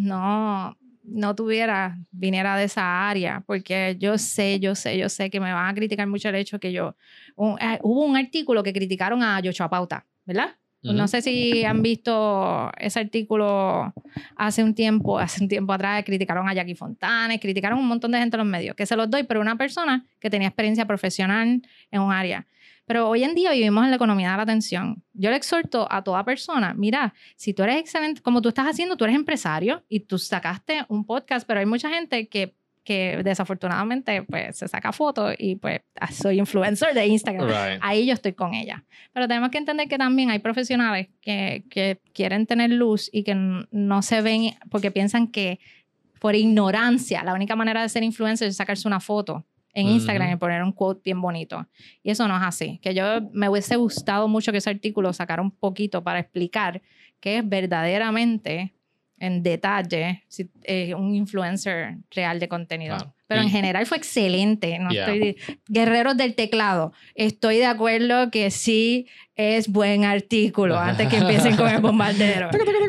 Speaker 1: viniera de esa área, porque yo sé que me van a criticar mucho el hecho que hubo un artículo que criticaron a Yochoa Pauta, ¿verdad? Uh-huh. No sé si han visto ese artículo hace un tiempo atrás, criticaron a Jackie Fontanes, criticaron un montón de gente en los medios, que se los doy, pero una persona que tenía experiencia profesional en un área. Pero hoy en día vivimos en la economía de la atención. Yo le exhorto a toda persona, mira, si tú eres excelente, como tú estás haciendo, tú eres empresario y tú sacaste un podcast, pero hay mucha gente que desafortunadamente pues se saca fotos y pues soy influencer de Instagram. Right. Ahí yo estoy con ella. Pero tenemos que entender que también hay profesionales que quieren tener luz y que no se ven porque piensan que por ignorancia la única manera de ser influencer es sacarse una foto en Instagram y poner un quote bien bonito. Y eso no es así. Que me hubiese gustado mucho que ese artículo sacara un poquito para explicar qué es verdaderamente, en detalle, un influencer real de contenido. Claro. Pero en general fue excelente. Guerreros del teclado. Estoy de acuerdo que sí es buen artículo antes que empiecen con el bombardero.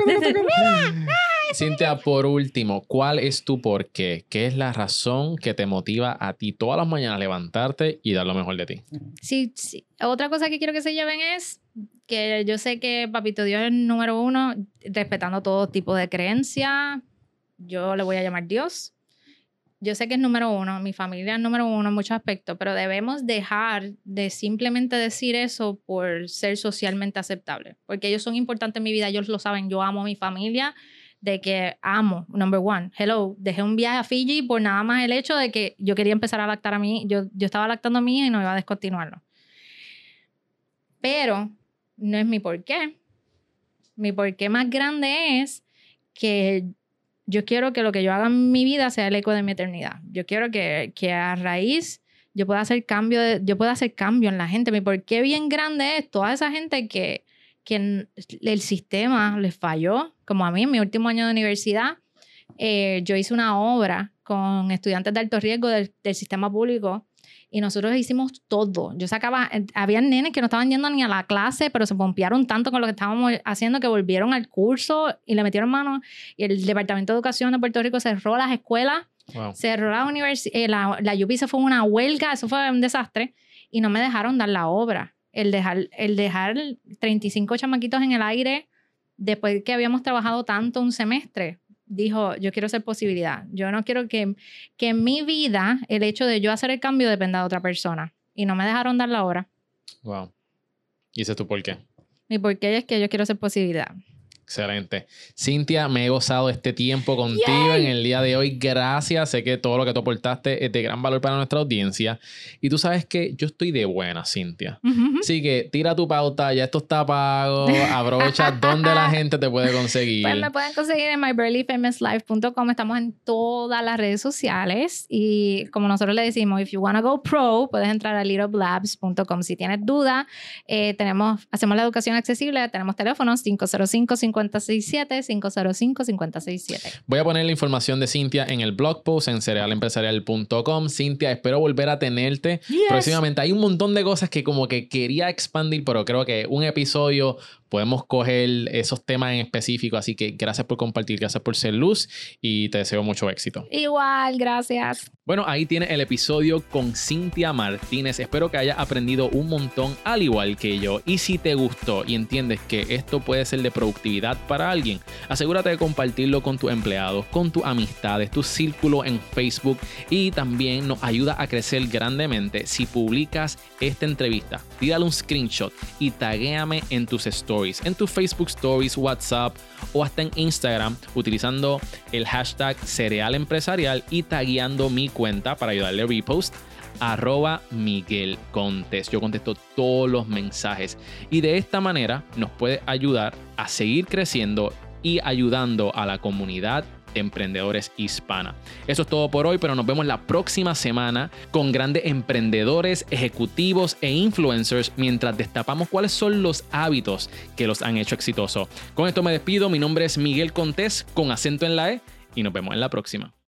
Speaker 2: Cintia, por último, ¿cuál es tu porqué? ¿Qué es la razón que te motiva a ti todas las mañanas a levantarte y dar lo mejor de ti?
Speaker 1: Sí. Otra cosa que quiero que se lleven es que yo sé que Papito Dios es el número uno, respetando todo tipo de creencia. Yo le voy a llamar Dios. Yo sé que es número uno, mi familia es número uno en muchos aspectos, pero debemos dejar de simplemente decir eso por ser socialmente aceptable, porque ellos son importantes en mi vida, ellos lo saben, yo amo a mi familia, de que amo, number one. Hello, dejé un viaje a Fiji por nada más el hecho de que yo quería empezar a lactar a mí, yo estaba lactando a mi hija y no iba a descontinuarlo. Pero no es mi porqué. Mi porqué más grande es que yo quiero que lo que yo haga en mi vida sea el eco de mi eternidad. Yo quiero que a raíz yo pueda hacer cambio en la gente. Mi porqué bien grande es toda esa gente que el sistema les falló, como a mí en mi último año de universidad. Yo hice una obra con estudiantes de alto riesgo del sistema público y nosotros hicimos todo. Había nenes que no estaban yendo ni a la clase, pero se pompearon tanto con lo que estábamos haciendo que volvieron al curso y le metieron mano. Y el Departamento de Educación de Puerto Rico cerró las escuelas, cerró la universidad, la UP se fue a una huelga, eso fue un desastre y no me dejaron dar la obra. El dejar 35 chamaquitos en el aire después que habíamos trabajado tanto un semestre. Dijo, yo quiero ser posibilidad. Yo no quiero que en mi vida el hecho de yo hacer el cambio dependa de otra persona. Y no me dejaron dar la hora.
Speaker 2: Wow. ¿Y ese es tu por qué?
Speaker 1: Mi por qué es que yo quiero ser posibilidad.
Speaker 2: Excelente. Cintia, me he gozado este tiempo contigo en el día de hoy. Gracias. Sé que todo lo que tú aportaste es de gran valor para nuestra audiencia. Y tú sabes que yo estoy de buena, Cintia. Así que tira tu pauta. Ya esto está pago. Aprovecha donde la gente te puede conseguir.
Speaker 1: Pues me pueden conseguir en myburlyfamouslife.com. Estamos en todas las redes sociales. Y como nosotros le decimos, if you wanna go pro, puedes entrar a littleblabs.com. Si tienes duda, hacemos la educación accesible. Tenemos teléfonos 505-567.
Speaker 2: Voy a poner la información de Cintia en el blog post en cerealempresarial.com. Cintia, espero volver a tenerte próximamente. Hay un montón de cosas que como que quería expandir, pero creo que un episodio podemos coger esos temas en específico. Así que gracias por compartir, gracias por ser luz y te deseo mucho éxito.
Speaker 1: Igual, gracias.
Speaker 2: Bueno, ahí tienes el episodio con Cintia Martínez. Espero que hayas aprendido un montón al igual que yo. Y si te gustó y entiendes que esto puede ser de productividad para alguien, asegúrate de compartirlo con tus empleados, con tus amistades, tu círculo en Facebook, y también nos ayuda a crecer grandemente si publicas esta entrevista. Tírale un screenshot y taguéame en tus stories, en tus Facebook Stories, WhatsApp o hasta en Instagram utilizando el hashtag cerealempresarial y tagueando mi cuenta para ayudarle a repost @Miguel Contes. Yo contesto todos los mensajes y de esta manera nos puede ayudar a seguir creciendo y ayudando a la comunidad de emprendedores hispana. Eso es todo por hoy, pero nos vemos la próxima semana con grandes emprendedores, ejecutivos e influencers mientras destapamos cuáles son los hábitos que los han hecho exitosos. Con esto me despido. Mi nombre es Miguel Contes con acento en la E y nos vemos en la próxima.